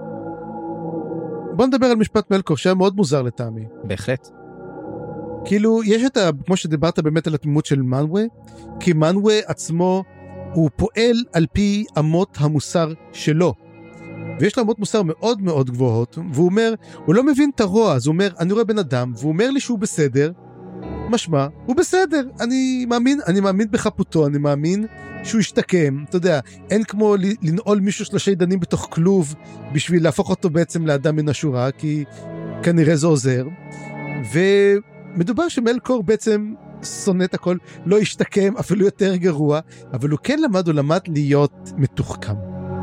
בוא נדבר על משפט מלקור, שהיה מאוד מוזר לטעמי. בהחלט. כאילו, יש כמו שדיברת באמת על התמימות של מנווי, כי מנווי עצמו, הוא פועל על פי אמות המוסר שלו. ויש לו אמות מוסר מאוד מאוד גבוהות, והוא אומר, הוא לא מבין את הרוע, אז הוא אומר, אני רואה בן אדם, והוא אומר לי שהוא בסדר, משמע, הוא בסדר, אני מאמין בחפותו, אני מאמין שהוא ישתקם, אתה יודע, אין כמו לנעול מישהו 3 עידנים בתוך כלוב, בשביל להפוך אותו בעצם לאדם מן השורה, כי כנראה זה עוזר, ומדובר שמלקור בעצם שונא את הכל, לא ישתקם, אפילו יותר גרוע, אבל הוא כן למד להיות מתוחכם.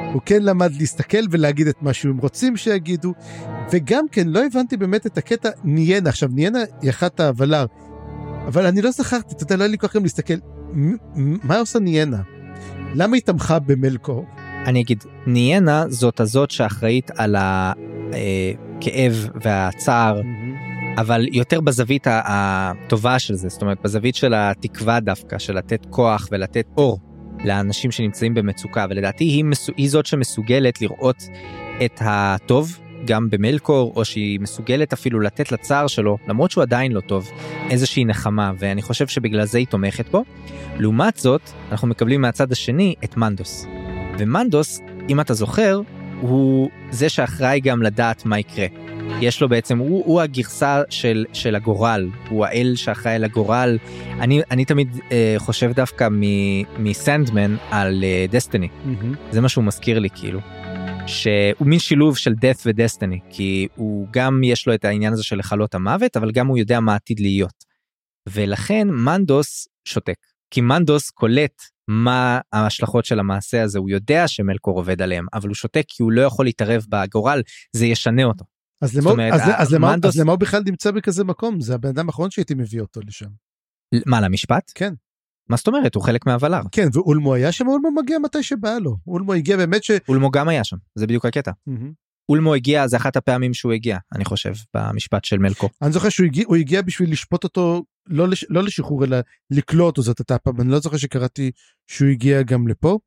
הוא כן למד להסתכל ולהגיד את מה שהם רוצים שיגידו, וגם כן לא הבנתי באמת את הקטע ניינה. עכשיו ניינה היא אחת הוולר, אבל אני לא זכרתי, אתה יודע, לא היה לי כל כך גם להסתכל, מה עושה ניינה? למה היא תמכה במלקור? אני אגיד, ניינה זאת הזאת שאחראית על הכאב והצער, אבל יותר בזווית הטובה של זה, זאת אומרת, בזווית של התקווה דווקא, של לתת כוח ולתת אור לאנשים שנמצאים במצוקה, ולדעתי היא זאת שמסוגלת לראות את הטוב, גם במלקור, או שהיא מסוגלת אפילו לתת לצער שלו, למרות שהוא עדיין לא טוב, איזושהי נחמה, ואני חושב שבגלל זה היא תומכת בו. לעומת זאת, אנחנו מקבלים מהצד השני את מנדוס. ומנדוס, אם אתה זוכר, הוא זה שאחראי גם לדעת מה יקרה. יש לו בעצם, הוא הגרסה של הגורל, הוא האל שאחראי על הגורל. אני תמיד חושב דווקא מסנדמן על דסטיני. זה מה שהוא מזכיר לי כאילו. שהוא מין שילוב של death ודסטיני, כי הוא גם יש לו את העניין הזה של לחלות המוות, אבל גם הוא יודע מה עתיד להיות. ולכן מנדוס שותק. כי מנדוס קולט מה ההשלכות של המעשה הזה, הוא יודע שמלקור עובד עליהם, אבל הוא שותק כי הוא לא יכול להתערב בגורל, זה ישנה אותו. אז למה הוא בכלל נמצא בכזה מקום? זה הבן אדם האחרון שהייתי מביא אותו לשם. מה, למשפט? כן. מה זאת אומרת? הוא חלק מהוולר. כן, ואולמו היה שם, אולמו מגיע מתי שבא לו. אולמו הגיע באמת אולמו גם היה שם, זה בדיוק הקטע. אולמו הגיע, זה אחת הפעמים שהוא הגיע, אני חושב, במשפט של מלקור. אני זוכר שהוא הגיע בשביל לשפוט אותו, לא לשחרור, אלא לקלוע אותו, זאת הייתה פעם. אני לא זוכר שקראתי שהוא הגיע גם לפה.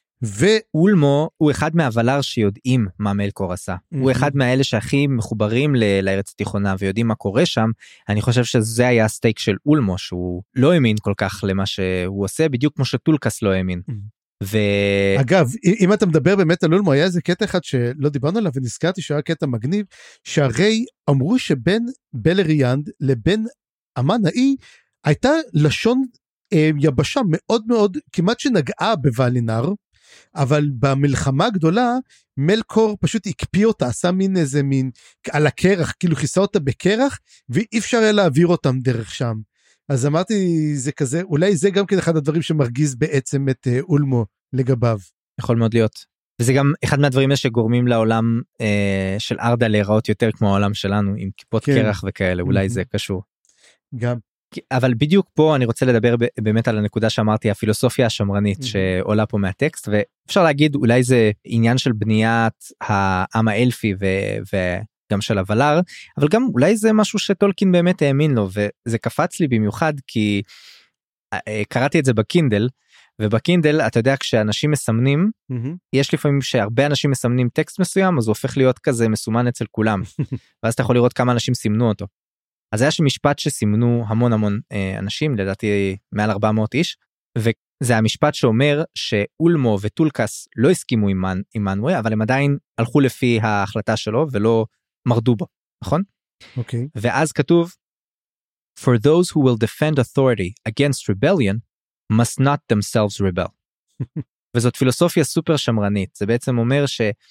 ואולמו הוא אחד מהוולר שיודעים מה מלקור עשה. הוא אחד מהאלה שהכי מחוברים לארץ התיכונה ויודעים מה קורה שם. אני חושב שזה היה הסטייק של אולמו, שהוא לא האמין כל כך למה שהוא עושה, בדיוק כמו שטולקס לא האמין. אגב, אם אתה מדבר באמת על אולמו, היה איזה קטע אחד שלא דיברנו עליו, ונזכרתי שהיה קטע מגניב, שהרי אמרו שבין בלריאנד לבין אמן האי, הייתה לשון יבשה מאוד מאוד, כמעט שנגעה בוולינר, אבל במלחמה הגדולה, מלקור פשוט הקפיא אותה, עשה איזה מין על הקרח, כאילו כיסה אותה בקרח, ואי אפשר היה להעביר אותם דרך שם. אז אמרתי, זה כזה, אולי זה גם כן אחד הדברים שמרגיז בעצם את אולמו לגביו. יכול מאוד להיות. וזה גם אחד מהדברים שגורמים לעולם של ארדה להיראות יותר כמו העולם שלנו, עם כיפות קרח וכאלה, אולי זה קשור. גם. אבל בדיוק פה אני רוצה לדבר באמת על הנקודה שאמרתי, הפילוסופיה השמרנית שעולה פה מהטקסט, ואפשר להגיד אולי זה עניין של בניית העם האלפי וגם של הוולר, אבל גם אולי זה משהו שטולקין באמת האמין לו, וזה קפץ לי במיוחד כי קראתי את זה בקינדל, ובקינדל אתה יודע כשאנשים מסמנים, יש לפעמים שהרבה אנשים מסמנים טקסט מסוים, אז הוא הופך להיות כזה מסומן אצל כולם, ואז אתה יכול לראות כמה אנשים סימנו אותו. אז היה שמשפט שסימנו המון אנשים, לדעתי מעל 400 איש, וזה המשפט שאומר שאולמו וטולקס לא הסכימו עם מנווי, אבל הם עדיין הלכו לפי ההחלטה שלו ולא מרדו בו, נכון? אוקיי. ואז כתוב, For those who will defend authority against rebellion, must not themselves rebel. וזאת פילוסופיה סופר שמרנית, זה בעצם אומר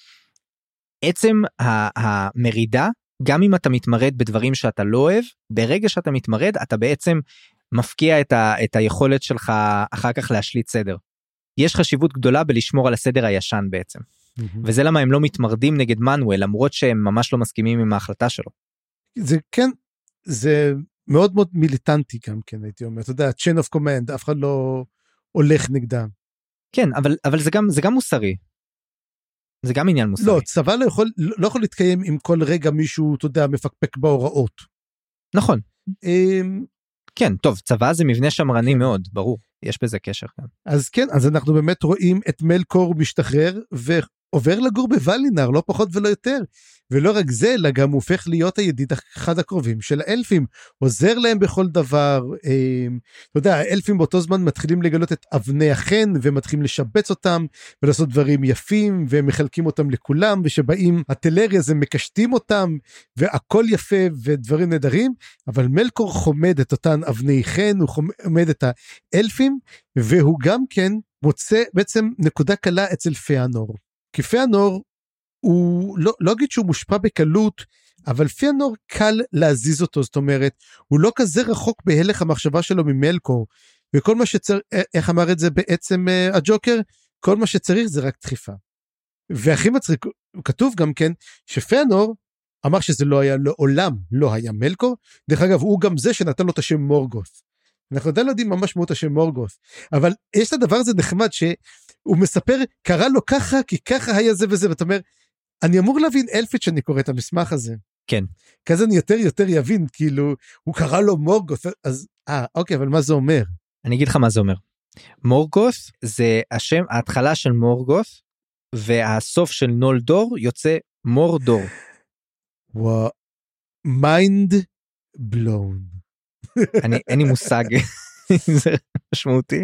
שעצם המרידה, גם אם אתה מתמרד בדברים שאתה לא אוהב, ברגע שאתה מתמרד, אתה בעצם מפקיע את היכולת שלך אחר כך להשליט סדר. יש חשיבות גדולה בלשמור על הסדר הישן בעצם. וזה למה הם לא מתמרדים נגד מנואל, למרות שהם ממש לא מסכימים עם ההחלטה שלו. זה כן, זה מאוד מאוד מיליטנטי גם כן, הייתי אומר. אתה יודע, chain of command, אף אחד לא הולך נגדם. כן, אבל זה גם מוסרי. זה גם עניין מוסרי. לא, צבא לא יכול להתקיים עם כל רגע מישהו, אתה יודע, מפקפק בהוראות. נכון. כן, טוב, צבא זה מבנה שמרני מאוד, ברור. יש בזה קשר גם. אז כן, אז אנחנו באמת רואים את מלקור משתחרר, ועובר לגור בוולינר, לא פחות ולא יותר. ולא רק זה, אלא גם הופך להיות הידיד אחד הקרובים של האלפים. עוזר להם בכל דבר. אתה יודע, האלפים באותו זמן מתחילים לגלות את אבני החן, ומתחילים לשבץ אותם, ולעשות דברים יפים, והם מחלקים אותם לכולם, ושבאים הטלריה, הם מקשטים אותם, והכל יפה, ודברים נדרים, אבל מלקור חומד את אותן אבני חן, הוא חומד את האלפים, והוא גם כן מוצא בעצם נקודה קלה אצל פיאנור. כי פיאנור, הוא לא אגיד שהוא מושפע בקלות, אבל פיאנור קל להזיז אותו, זאת אומרת, הוא לא כזה רחוק בהלך המחשבה שלו ממלקור, וכל מה שצריך, איך אמר את זה בעצם הג'וקר? כל מה שצריך זה רק דחיפה. והכי מצחיק, כתוב גם כן, שפאנור אמר שזה לא היה, לעולם לא היה מלקור, דרך אגב, הוא גם זה שנתן לו את השם מורגות. אנחנו עדיין לא יודעים ממש מאוד השם מורגות, אבל יש את הדבר הזה נחמד, שהוא מספר, קרא לו ככה, כי ככה היה זה וזה, ואתה אומר, אני אמור להבין אלפית שאני קורא את המסמך הזה. כן. כזה אני יותר יבין, כאילו, הוא קרא לו מורגות, אז, אוקיי, אבל מה זה אומר? אני אגיד לך מה זה אומר. מורגוס זה השם, ההתחלה של מורגוס, והסוף של נולדור יוצא מורדור. וואו, מיינד בלון. אין לי מושג אם זה משמעותי,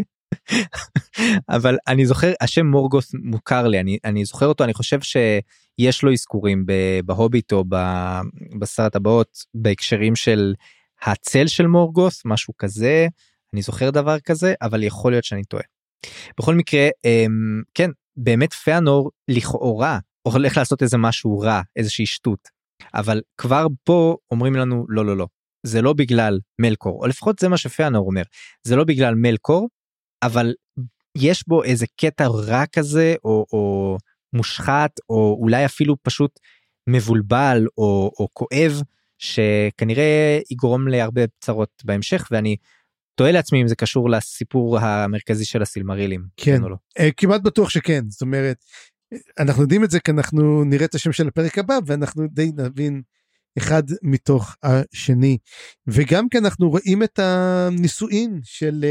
אבל אני זוכר, השם מורגוס מוכר לי, אני זוכר אותו, אני חושב שיש לו אזכורים בהוביט או בסרט הבאות, בהקשרים של הצל של מורגוס, משהו כזה, אני זוכר דבר כזה, אבל יכול להיות שאני טועה. בכל מקרה, כן, באמת פאנור לכאורה, הולך לעשות איזה משהו רע, איזושהי שטות, אבל כבר פה אומרים לנו, לא, זה לא בגלל מלקור, או לפחות זה מה שפאנור אומר, זה לא בגלל מלקור, אבל יש בו איזה קטע רע כזה, או מושחת, או אולי אפילו פשוט מבולבל, או כואב, שכנראה יגרום להרבה צרות בהמשך, ואני תוהה לעצמי אם זה קשור לסיפור המרכזי של הסילמרילים. כן, לא. כמעט בטוח שכן, זאת אומרת, אנחנו יודעים את זה, כי אנחנו נראה את השם של הפרק הבא, ואנחנו די נבין אחד מתוך השני, וגם כי אנחנו רואים את הנישואין של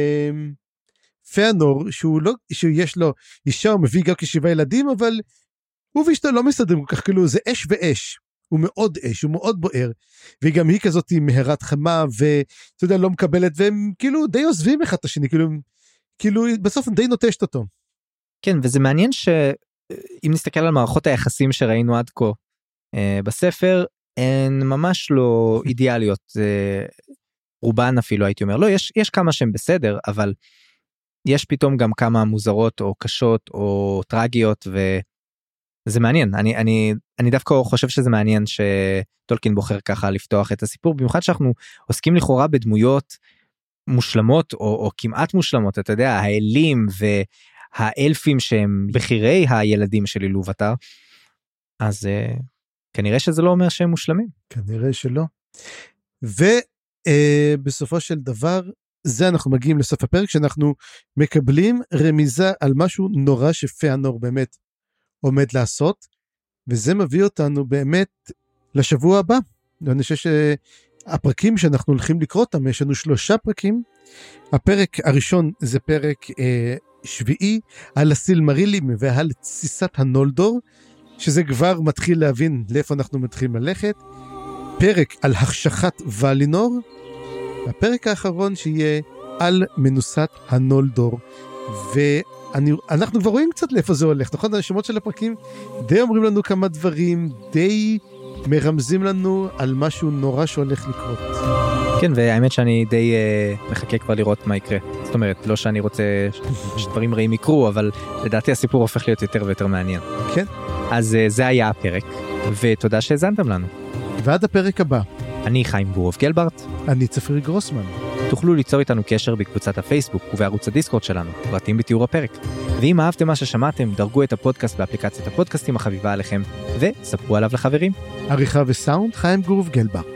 פאנור, שיש לו אישה, הוא מביא גם כ7 ילדים, אבל הוא ואשתו לא מסתדרים כל כך, כאילו זה אש ואש, הוא מאוד אש, הוא מאוד בוער, וגם היא כזאת מהרת חמה, ואתה יודע, לא מקבלת, והם כאילו די עוזבים אחד את השני, כאילו בסוף די נוטשת אותו. כן, וזה מעניין שאם נסתכל על מערכות היחסים שראינו עד כה בספר, הן ממש לא אידיאליות, רובן אפילו הייתי אומר, לא, יש כמה שהן בסדר, אבל יש פתאום גם כמה מוזרות או קשות או טרגיות, וזה מעניין, אני דווקא חושב שזה מעניין שטולקין בוחר ככה לפתוח את הסיפור, במיוחד שאנחנו עוסקים לכאורה בדמויות מושלמות או כמעט מושלמות, אתה יודע, האלים והאלפים שהם בחירי הילדים של אילובטר, אז כנראה שזה לא אומר שהם מושלמים. כנראה שלא. ובסופו של דבר, זה אנחנו מגיעים לסוף הפרק, שאנחנו מקבלים רמיזה על משהו נורא שפאנור באמת עומד לעשות, וזה מביא אותנו באמת לשבוע הבא. אני חושב שהפרקים שאנחנו הולכים לקרוא אותם, יש לנו 3 פרקים. הפרק הראשון זה פרק 7, על הסילמרילים ועל תסיסת הנולדור, שזה כבר מתחיל להבין לאיפה אנחנו מתחילים ללכת. פרק על החשכת ולינור, הפרק האחרון שיהיה על מנוסת הנולדור, ואנחנו כבר רואים קצת לאיפה זה הולך, נכון? השמות של הפרקים די אומרים לנו כמה דברים, די מרמזים לנו על משהו נורא שהולך לקרות. כן, והאמת שאני די מחכה כבר לראות מה יקרה. זאת אומרת, לא שאני רוצה שדברים רעים יקרו, אבל לדעתי הסיפור הופך להיות יותר ויותר מעניין. כן. אז זה היה הפרק, ותודה שהזנתם לנו. ועד הפרק הבא. אני חיים בורוב גלברט. אני צפריר גרוסמן. תוכלו ליצור איתנו קשר בקבוצת הפייסבוק ובערוץ הדיסקורד שלנו, פרטים בתיאור הפרק. ואם אהבתם מה ששמעתם, דרגו את הפודקאסט באפליקציית הפודקאסטים החביבה עליכם, וספרו עליו לחברים. עריכה וסאונד, חיים בורוב גלברט.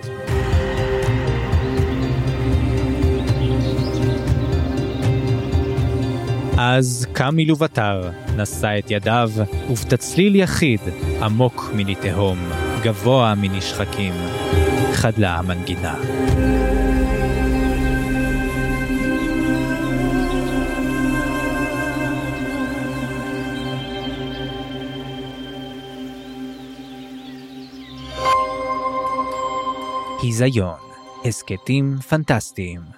אז קם אילובטר, נשא את ידיו, ובתצליל יחיד, עמוק מני תהום, גבוה מני שחקים, חדלה המנגינה. היזיון, הסקטים פנטסטיים.